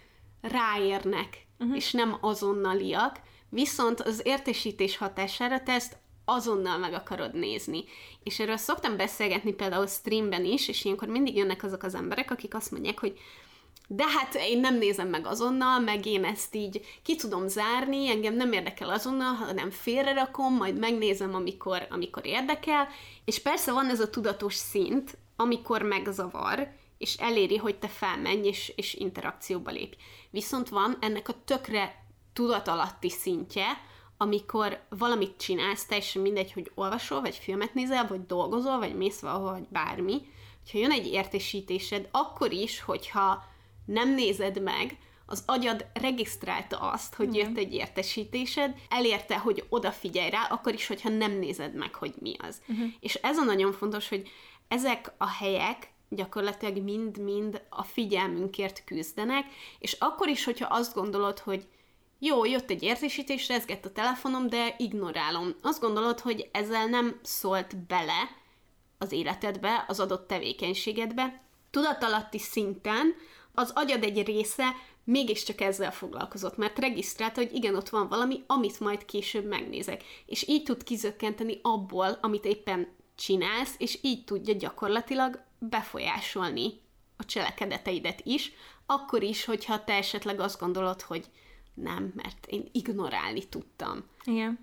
ráérnek, uh-huh. és nem azonnaliak, viszont az értesítés hatására te ezt azonnal meg akarod nézni. És erről szoktam beszélgetni például streamben is, és ilyenkor mindig jönnek azok az emberek, akik azt mondják, hogy de hát én nem nézem meg azonnal, meg én ezt így ki tudom zárni, engem nem érdekel azonnal, hanem félrerakom, majd megnézem, amikor, amikor érdekel, és persze van ez a tudatos szint, amikor megzavar, és eléri, hogy te felmenj, és, és interakcióba lépj. Viszont van ennek a tökre tudatalatti szintje, amikor valamit csinálsz, teljesen mindegy, hogy olvasol, vagy filmet nézel, vagy dolgozol, vagy mész valahol, vagy bármi, hogyha jön egy értesítésed, akkor is, hogyha nem nézed meg, az agyad regisztrálta azt, hogy jött egy értesítésed, elérte, hogy odafigyelj rá, akkor is, hogyha nem nézed meg, hogy mi az. Uh-huh. És ez a nagyon fontos, hogy ezek a helyek gyakorlatilag mind-mind a figyelmünkért küzdenek, és akkor is, hogyha azt gondolod, hogy jó, jött egy értesítés, rezgett a telefonom, de ignorálom. Azt gondolod, hogy ezzel nem szólt bele az életedbe, az adott tevékenységedbe. Tudatalatti szinten az agyad egy része mégiscsak ezzel foglalkozott, mert regisztrálta, hogy igen, ott van valami, amit majd később megnézek. És így tud kizökkenteni abból, amit éppen csinálsz, és így tudja gyakorlatilag befolyásolni a cselekedeteidet is, akkor is, hogyha te esetleg azt gondolod, hogy nem, mert én ignorálni tudtam. Igen.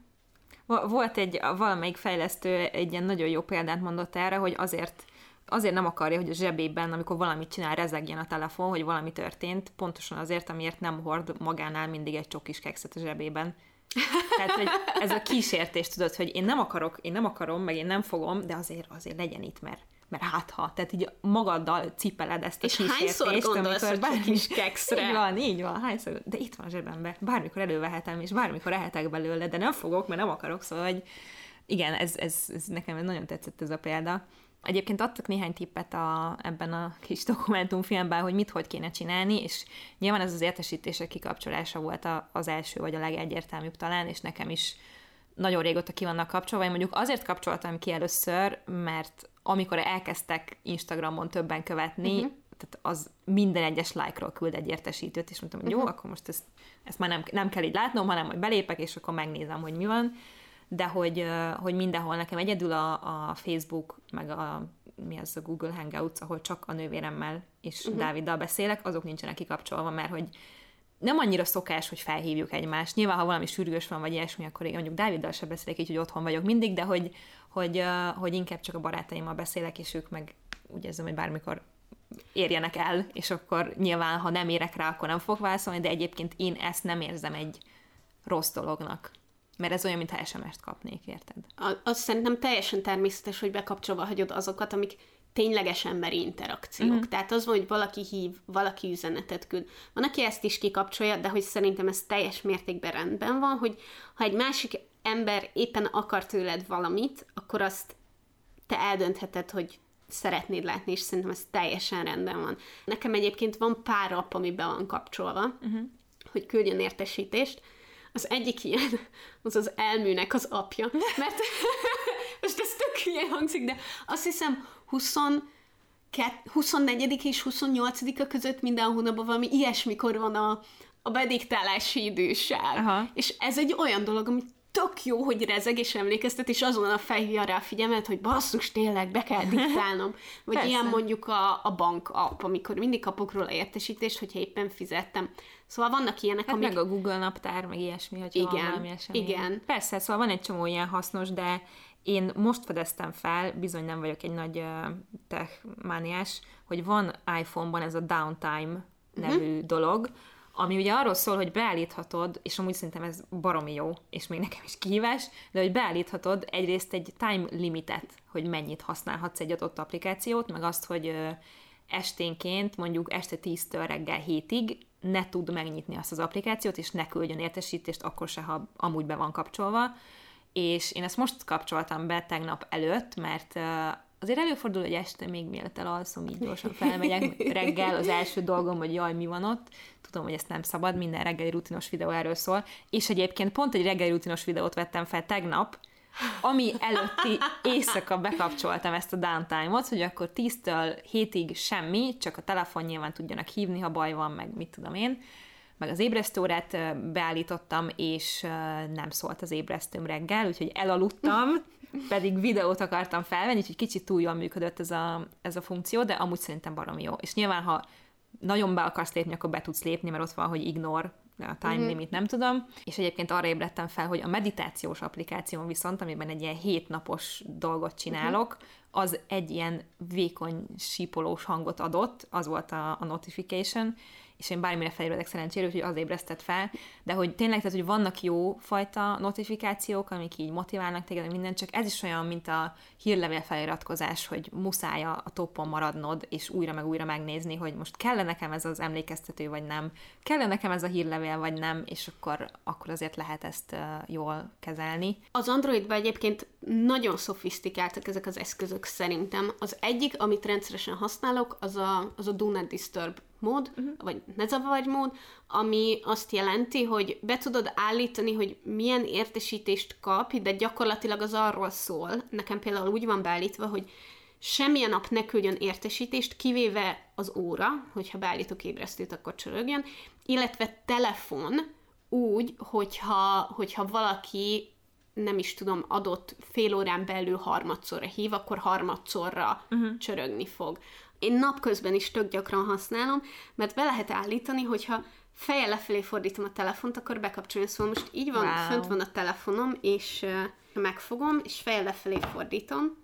Volt egy, valamelyik fejlesztő egy ilyen nagyon jó példát mondott erre, hogy azért, azért nem akarja, hogy a zsebében, amikor valamit csinál, rezegjen a telefon, hogy valami történt, pontosan azért, amiért nem hord magánál mindig egy csokis kekszet a zsebében. Tehát, hogy ez a kísértés, tudod, hogy én nem akarok, én nem akarom, meg én nem fogom, de azért, azért legyen itt, mert, mert hát ha, tehát így magaddal cipeled ezt a és kísértést. És hányszor gondolsz a bármi... csokis kekszre? Így van, így van, hányszor, de itt van a zsebemben, bármikor elővehetem, és bármikor ehetek belőle, de nem fogok, mert nem akarok, szóval, hogy igen, ez, ez, ez nekem nagyon tetszett ez a példa. Egyébként adtak néhány tippet a, ebben a kis dokumentumfilmben, hogy mit, hogy kéne csinálni, és nyilván ez az értesítések kikapcsolása volt a, az első, vagy a legegyértelműbb talán, és nekem is nagyon régóta ki vannak kapcsolva. Én mondjuk azért kapcsoltam ki először, mert amikor elkezdtek Instagramon többen követni, uh-huh. tehát az minden egyes like-ról küld egy értesítőt, és mondtam, hogy jó, uh-huh. akkor most ezt, ezt már nem, nem kell így látnom, hanem hogy belépek, és akkor megnézem, hogy mi van. De hogy, hogy mindenhol nekem egyedül a, a Facebook, meg a, mi az a Google Hangouts, ahol csak a nővéremmel és uh-huh. Dáviddal beszélek, azok nincsenek kikapcsolva, mert hogy nem annyira szokás, hogy felhívjuk egymást. Nyilván, ha valami sürgős van, vagy ilyesmi, akkor én mondjuk Dáviddal sem beszélek így, hogy otthon vagyok mindig, de hogy, hogy, hogy inkább csak a barátaimmal beszélek, és ők meg úgy érzem, hogy bármikor érjenek el, és akkor nyilván, ha nem érek rá, akkor nem fog válaszolni, de egyébként én ezt nem érzem egy rossz dolognak. Mert ez olyan, mintha es em est kapnék, érted? Azt szerintem teljesen természetes, hogy bekapcsolva hagyod azokat, amik tényleges emberi interakciók. Uh-huh. Tehát az van, hogy valaki hív, valaki üzenetet küld. Van, aki ezt is kikapcsolja, de hogy szerintem ez teljes mértékben rendben van, hogy ha egy másik ember éppen akar tőled valamit, akkor azt te eldöntheted, hogy szeretnéd látni, és szerintem ez teljesen rendben van. Nekem egyébként van pár app, ami be van kapcsolva, uh-huh. hogy küldjön értesítést. Az egyik ilyen, az az elműnek az apja, mert most ez tök hülye hangzik, de azt hiszem huszonnegyedik és huszonnyolcadika között minden hónapban valami ilyesmikor van a, a bediktálási idősáv. Aha. És ez egy olyan dolog, ami tök jó, hogy rezeg és emlékeztet, és azonnal felhívja rá a figyelmet, hogy basszus, tényleg be kell diktálnom. Vagy persze. Ilyen mondjuk a, a bank app, amikor mindig kapok róla értesítést, hogyha éppen fizettem. Szóval vannak ilyenek, hát amik... meg a Google naptár, meg ilyesmi, hogyha igen, van valami esemény. Igen. Persze, szóval van egy csomó ilyen hasznos, de én most fedeztem fel, bizony nem vagyok egy nagy uh, tech mániás, hogy van iPhone-ban ez a downtime nevű uh-huh. dolog, ami ugye arról szól, hogy beállíthatod, és amúgy szerintem ez baromi jó, és még nekem is kihívás, de hogy beállíthatod egyrészt egy time limitet, hogy mennyit használhatsz egy adott applikációt, meg azt, hogy uh, esténként, mondjuk este tíztől reggel hétig ne tud megnyitni azt az applikációt, és ne küldjön értesítést, akkor se, ha amúgy be van kapcsolva. És én ezt most kapcsoltam be tegnap előtt, mert uh, azért előfordul, hogy este még mielőtt elalszom, így gyorsan felmegyek reggel, az első dolgom, hogy jaj, mi van ott. Tudom, hogy ezt nem szabad, minden reggeli rutinos videó erről szól. És egyébként pont egy reggeli rutinos videót vettem fel tegnap, ami előtti éjszaka bekapcsoltam ezt a downtime-ot, hogy akkor tíztől hétig semmi, csak a telefon nyilván tudjanak hívni, ha baj van, meg mit tudom én. Meg az ébresztórát beállítottam, és nem szólt az ébresztőm reggel, úgyhogy elaludtam, pedig videót akartam felvenni, úgyhogy kicsit túl jól működött ez a, ez a funkció, de amúgy szerintem baromi jó. És nyilván, ha nagyon be akarsz lépni, akkor be tudsz lépni, mert ott van, hogy ignore, a time mm-hmm. limit, nem tudom. És egyébként arra ébredtem fel, hogy a meditációs applikáción viszont, amiben egy ilyen hétnapos dolgot csinálok, mm-hmm. az egy ilyen vékony, sípolós hangot adott, az volt a, a notification, és én bármire felébredek szerencsére, úgyhogy az ébresztett fel, de hogy tényleg, tehát, hogy vannak jó fajta notifikációk, amik így motiválnak téged, minden, csak ez is olyan, mint a hírlevél feliratkozás, hogy muszáj a toppon maradnod, és újra meg újra megnézni, hogy most kell nekem ez az emlékeztető, vagy nem, kell nekem ez a hírlevél, vagy nem, és akkor, akkor azért lehet ezt uh, jól kezelni. Az Androidban egyébként nagyon szofisztikáltak ezek az eszközök szerintem. Az egyik, amit rendszeresen használok, az a, az a Do Not Disturb mód, uh-huh. vagy ne zavarj mód, ami azt jelenti, hogy be tudod állítani, hogy milyen értesítést kap, de gyakorlatilag az arról szól. Nekem például úgy van beállítva, hogy semmilyen nap ne küldjön értesítést, kivéve az óra, hogyha beállítok ébresztőt, akkor csörögjön, illetve telefon úgy, hogyha, hogyha valaki nem is tudom, adott fél órán belül harmadszorra hív, akkor harmadszorra uh-huh. csörögni fog. Én napközben is tök gyakran használom, mert be lehet állítani, hogyha fejjel lefelé fordítom a telefont, akkor bekapcsolja. Szóval most így van, wow. fönt van a telefonom, és uh, megfogom, és fejjel lefelé fordítom,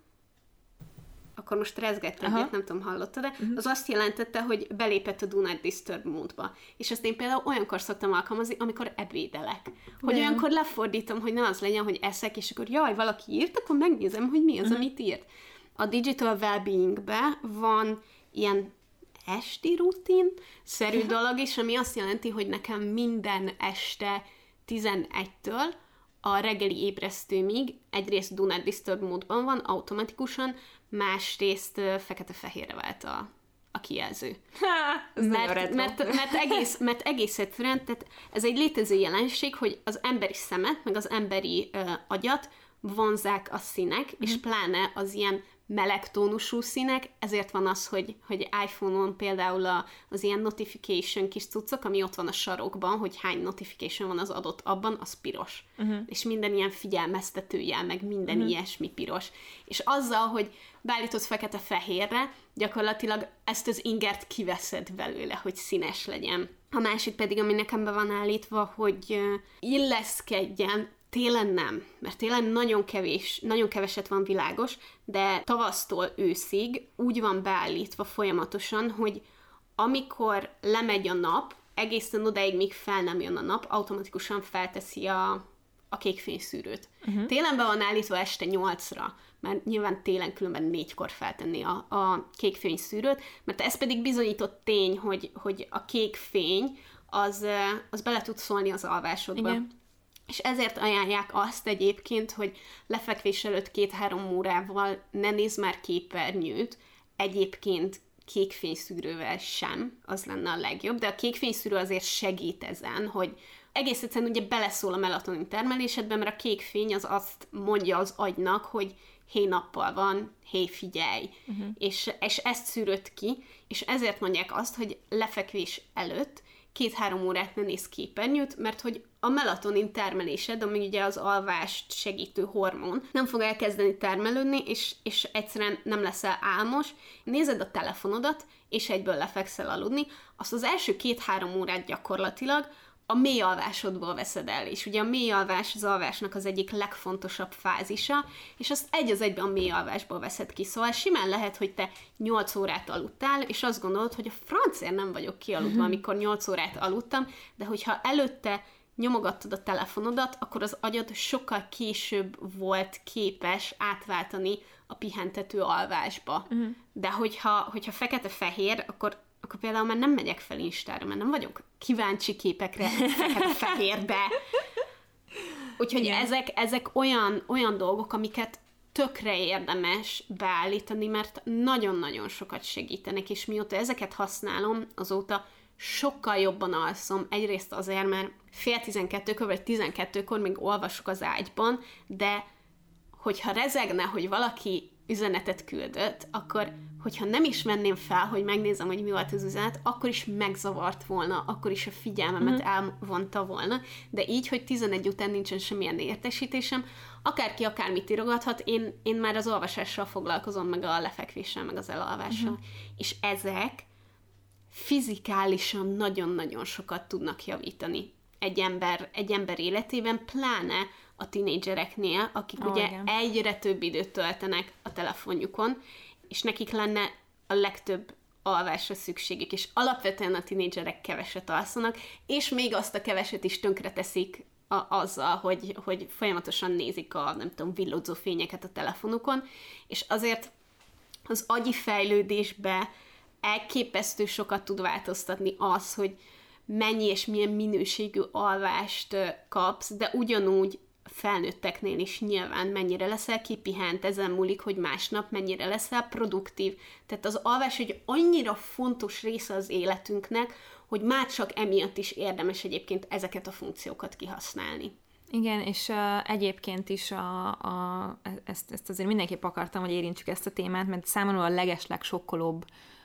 akkor most rezgett egyet, nem tudom, hallottad, de uh-huh. az azt jelentette, hogy belépett a Do Not Disturb módba. És ezt én például olyankor szoktam alkalmazni, amikor ebédelek. Hogy de. olyankor lefordítom, hogy ne az legyen, hogy eszek, és akkor jaj, valaki írt, akkor megnézem, hogy mi az, uh-huh. amit írt. A Digital Wellbeing-be van ilyen esti rutin-szerű uh-huh. dolog is, ami azt jelenti, hogy nekem minden este tizenegytől a reggeli ébresztőmig egyrészt Do Not Disturb módban van, automatikusan, másrészt uh, fekete-fehérre vált a, a kijelző. Ha, mert, mert, mert, egész, mert egész egyszerűen, tehát ez egy létező jelenség, hogy az emberi szemet, meg az emberi uh, agyat vonzák a színek, mm-hmm. és pláne az ilyen meleg tónusú színek, ezért van az, hogy, hogy iPhone-on például a, az ilyen notification kis cuccok, ami ott van a sarokban, hogy hány notification van az adott abban, az piros. Uh-huh. És minden ilyen figyelmeztetőjel, meg minden uh-huh. ilyesmi piros. És azzal, hogy beállított fekete-fehérre, gyakorlatilag ezt az ingert kiveszed belőle, hogy színes legyen. A másik pedig, ami nekem be van állítva, hogy illeszkedjen. Télen nem, mert télen nagyon kevés, nagyon keveset van világos, de tavasztól őszig úgy van beállítva folyamatosan, hogy amikor lemegy a nap, egészen odáig, míg fel nem jön a nap, automatikusan felteszi a, a kékfényszűrőt. Uh-huh. Télen be van állítva este nyolcra, mert nyilván télen különben négykor feltenni a, a kékfényszűrőt, mert ez pedig bizonyított tény, hogy, hogy a kékfény az, az bele tud szólni az alvásodba. Igen. És ezért ajánlják azt egyébként, hogy lefekvés előtt két-három órával ne nézz már képernyőt, egyébként kékfényszűrővel sem, az lenne a legjobb, de a kékfényszűrő azért segít ezen, hogy egész egyszerűen ugye beleszól a melatonin termelésedben, mert a kékfény az azt mondja az agynak, hogy hé, nappal van, hé, figyelj, uh-huh. és, és ezt szűrött ki, és ezért mondják azt, hogy lefekvés előtt két-három órát ne nézz képernyőt, mert hogy a melatonin termelésed, ami ugye az alvást segítő hormon, nem fog elkezdeni termelődni, és, és egyszerűen nem leszel álmos. Nézed a telefonodat, és egyből lefekszel aludni, azt az első két-három órát gyakorlatilag a mély alvásodból veszed el, és ugye a mély alvás az alvásnak az egyik legfontosabb fázisa, és azt egy az egyben a mély alvásból veszed ki, szóval simán lehet, hogy te nyolc órát aludtál, és azt gondolod, hogy a francért nem vagyok kialudva, amikor nyolc órát aludtam, de hogyha előtte nyomogattad a telefonodat, akkor az agyad sokkal később volt képes átváltani a pihentető alvásba. Uh-huh. De hogyha, hogyha fekete-fehér, akkor akkor például már nem megyek fel Instára, mert nem vagyok kíváncsi képekre fekete-fehérbe. Úgyhogy ezek, ezek olyan, olyan dolgok, amiket tökre érdemes beállítani, mert nagyon-nagyon sokat segítenek, és mióta ezeket használom, azóta sokkal jobban alszom. Egyrészt azért, mert fél tizenkettőkor vagy tizenkettőkor még olvasok az ágyban, de hogyha rezegne, hogy valaki üzenetet küldött, akkor, hogyha nem is menném fel, hogy megnézem, hogy mi volt az üzenet, akkor is megzavart volna, akkor is a figyelmemet mm-hmm. elvonta volna, de így, hogy tizenegy után nincsen semmilyen értesítésem, akárki akármit írogathat, én, én már az olvasással foglalkozom, meg a lefekvéssel, meg az elalvással. Mm-hmm. És ezek fizikálisan nagyon-nagyon sokat tudnak javítani egy ember, egy ember életében, pláne a tinédzsereknél, akik oh, ugye igen. egyre több időt töltenek a telefonjukon, és nekik lenne a legtöbb alvásra szükségük, és alapvetően a tinédzserek keveset alszanak, és még azt a keveset is tönkreteszik a, azzal, hogy, hogy folyamatosan nézik a, nem tudom, villódzó fényeket a telefonukon, és azért az agyi fejlődésbe elképesztő sokat tud változtatni az, hogy mennyi és milyen minőségű alvást kapsz, de ugyanúgy felnőtteknél is nyilván mennyire leszel kipihent, ezen múlik, hogy másnap mennyire leszel produktív. Tehát az alvás egy annyira fontos része az életünknek, hogy már csak emiatt is érdemes egyébként ezeket a funkciókat kihasználni. Igen, és uh, egyébként is a, a, ezt, ezt azért mindenképp akartam, hogy érintsük ezt a témát, mert számomra a legesleg sokkolóbb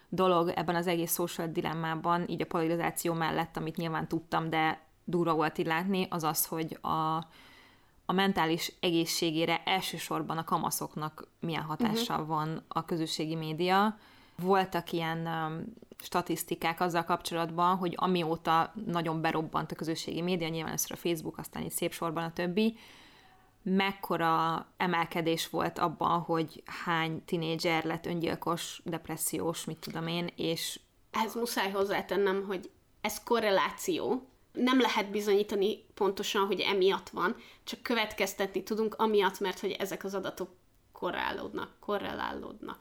dolog ebben az egész social dilemmában, így a polarizáció mellett, amit nyilván tudtam, de durva volt így látni, az az, hogy a, a mentális egészségére elsősorban a kamaszoknak milyen hatással uh-huh. van a közösségi média. Voltak ilyen um, statisztikák azzal kapcsolatban, hogy amióta nagyon berobbant a közösségi média, nyilván először a Facebook, aztán így szép sorban a többi, mekkora emelkedés volt abban, hogy hány tinédzser lett öngyilkos, depressziós, mit tudom én, és... Ehhez muszáj hozzátennem, hogy ez korreláció. Nem lehet bizonyítani pontosan, hogy emiatt van, csak következtetni tudunk amiatt, mert hogy ezek az adatok korrelálódnak. korrelálódnak.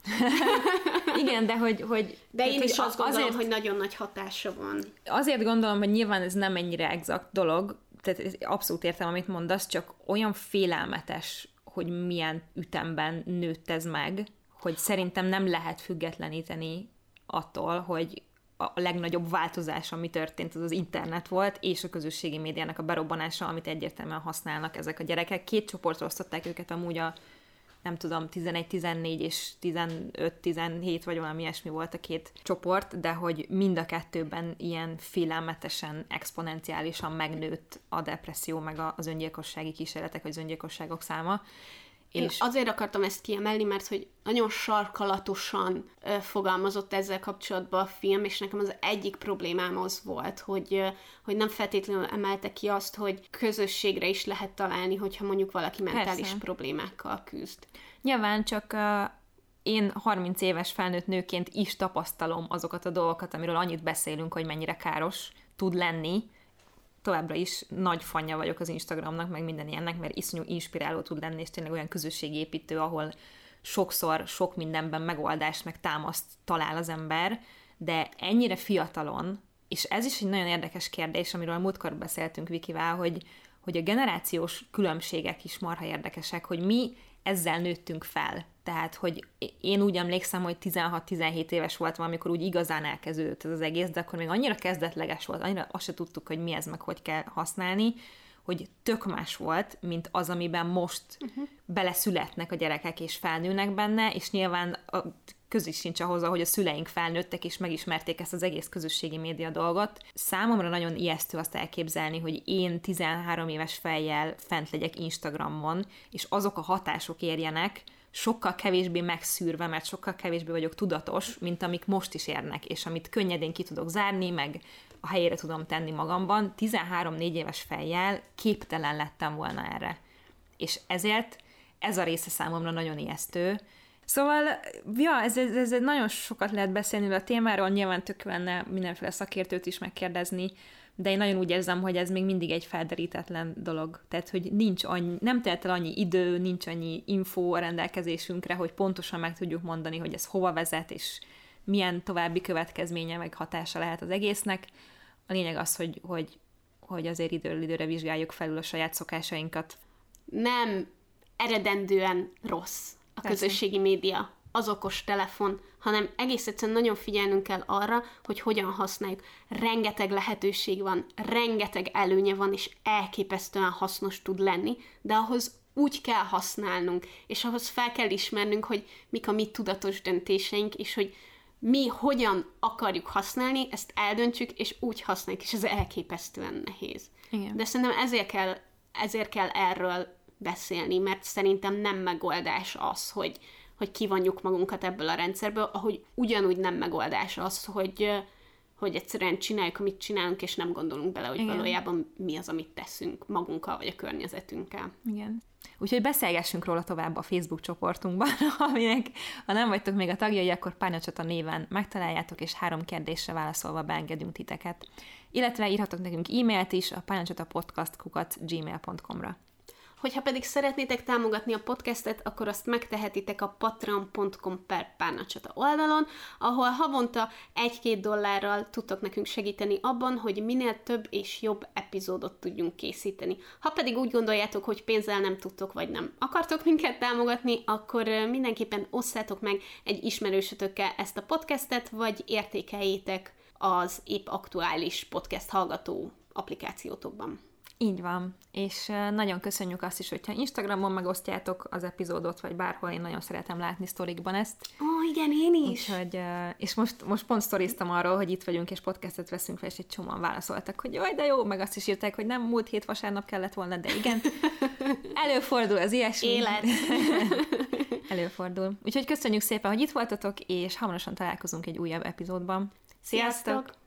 Igen, de hogy... hogy de én hogy is azt gondolom, azért, hogy nagyon nagy hatása van. Azért gondolom, hogy nyilván ez nem ennyire exakt dolog, tehát abszolút értem, amit mondasz, csak olyan félelmetes, hogy milyen ütemben nőtt ez meg, hogy szerintem nem lehet függetleníteni attól, hogy a legnagyobb változás, ami történt, az az internet volt, és a közösségi médiának a berobbanása, amit egyértelműen használnak ezek a gyerekek. Két csoportra osztották őket amúgy a, nem tudom, tizenegy tizennégy és tizenöt tizenhét, vagy valami ilyesmi volt a két csoport, de hogy mind a kettőben ilyen félelmetesen, exponenciálisan megnőtt a depresszió, meg az öngyilkossági kísérletek, vagy az öngyilkosságok száma. Én és azért akartam ezt kiemelni, mert hogy nagyon sarkalatosan ö, fogalmazott ezzel kapcsolatban a film, és nekem az egyik problémám az volt, hogy, ö, hogy nem feltétlenül emelte ki azt, hogy közösségre is lehet találni, hogyha mondjuk valaki mentális Persze. problémákkal küzd. Nyilván csak uh, én harminc éves felnőtt nőként is tapasztalom azokat a dolgokat, amiről annyit beszélünk, hogy mennyire káros tud lenni. Továbbra is nagy fanja vagyok az Instagramnak, meg minden ilyennek, mert iszonyú inspiráló tud lenni, és tényleg olyan közösségépítő, ahol sokszor, sok mindenben megoldást, meg támaszt talál az ember, de ennyire fiatalon, és ez is egy nagyon érdekes kérdés, amiről a múltkor beszéltünk Vikivel, hogy, hogy a generációs különbségek is marha érdekesek, hogy mi ezzel nőttünk fel. Tehát, hogy én úgy emlékszem, hogy tizenhat-tizenhét éves voltam, amikor úgy igazán elkezdődött ez az egész, de akkor még annyira kezdetleges volt, annyira azt se tudtuk, hogy mi ez, meg hogy kell használni, hogy tök más volt, mint az, amiben most uh-huh. beleszületnek a gyerekek és felnőnek benne, és nyilván a köz is sincs ahhoz, hogy a szüleink felnőttek és megismerték ezt az egész közösségi média dolgot. Számomra nagyon ijesztő azt elképzelni, hogy én tizenhárom éves fejjel fent legyek Instagramon, és azok a hatások érjenek, sokkal kevésbé megszűrve, mert sokkal kevésbé vagyok tudatos, mint amik most is érnek, és amit könnyedén ki tudok zárni, meg a helyére tudom tenni magamban. tizenhárom-négy éves fejjel képtelen lettem volna erre. És ezért ez a része számomra nagyon ijesztő. Szóval, ja, ez, ez, ez nagyon sokat lehet beszélni a témáról, nyilván tök lenne mindenféle szakértőt is megkérdezni, de én nagyon úgy érzem, hogy ez még mindig egy felderítetlen dolog. Tehát, hogy nincs annyi, nem telt el annyi idő, nincs annyi infó a rendelkezésünkre, hogy pontosan meg tudjuk mondani, hogy ez hova vezet, és milyen további következménye, meg hatása lehet az egésznek. A lényeg az, hogy, hogy, hogy azért időről időre vizsgáljuk felül a saját szokásainkat. Nem eredendően rossz a Persze. közösségi média, az okos telefon, hanem egész egyszerűen nagyon figyelnünk kell arra, hogy hogyan használjuk. Rengeteg lehetőség van, rengeteg előnye van, és elképesztően hasznos tud lenni, de ahhoz úgy kell használnunk, és ahhoz fel kell ismernünk, hogy mik a mi tudatos döntéseink, és hogy mi hogyan akarjuk használni, ezt eldöntsük, és úgy használjuk, és ez elképesztően nehéz. Igen. De szerintem ezért kell, ezért kell erről beszélni, mert szerintem nem megoldás az, hogy, hogy kivonjuk magunkat ebből a rendszerből, ahogy ugyanúgy nem megoldás az, hogy, hogy egyszerűen csináljuk, amit csinálunk, és nem gondolunk bele, hogy Igen. valójában mi az, amit teszünk magunkkal, vagy a környezetünkkel. Igen. Úgyhogy beszélgessünk róla tovább a Facebook csoportunkban, aminek, ha nem vagytok még a tagjai, akkor Párnacsata néven megtaláljátok, és három kérdésre válaszolva beengedünk titeket. Illetve írhatok nekünk e-mailt is a párnacsatapodcast kukac gmail pont com-ra. Hogyha pedig szeretnétek támogatni a podcastet, akkor azt megtehetitek a patreon pont com per Párnacsata oldalon, ahol havonta egy-két dollárral tudtok nekünk segíteni abban, hogy minél több és jobb epizódot tudjunk készíteni. Ha pedig úgy gondoljátok, hogy pénzzel nem tudtok, vagy nem akartok minket támogatni, akkor mindenképpen osszátok meg egy ismerősötökkel ezt a podcastet, vagy értékeljétek az épp aktuális podcast hallgató applikációtokban. Így van, és nagyon köszönjük azt is, hogyha Instagramon megosztjátok az epizódot, vagy bárhol, én nagyon szeretem látni sztorikban ezt. Ó, oh, igen, én is. Úgyhogy, és most, most pont sztoriztam arról, hogy itt vagyunk, és podcastet veszünk fel, és egy csomóan válaszoltak, hogy jaj, de jó, meg azt is írták, hogy nem múlt hét vasárnap kellett volna, de igen. Előfordul az ilyesmi. Élet. Előfordul. Úgyhogy köszönjük szépen, hogy itt voltatok, és hamarosan találkozunk egy újabb epizódban. Sziasztok! Sziasztok!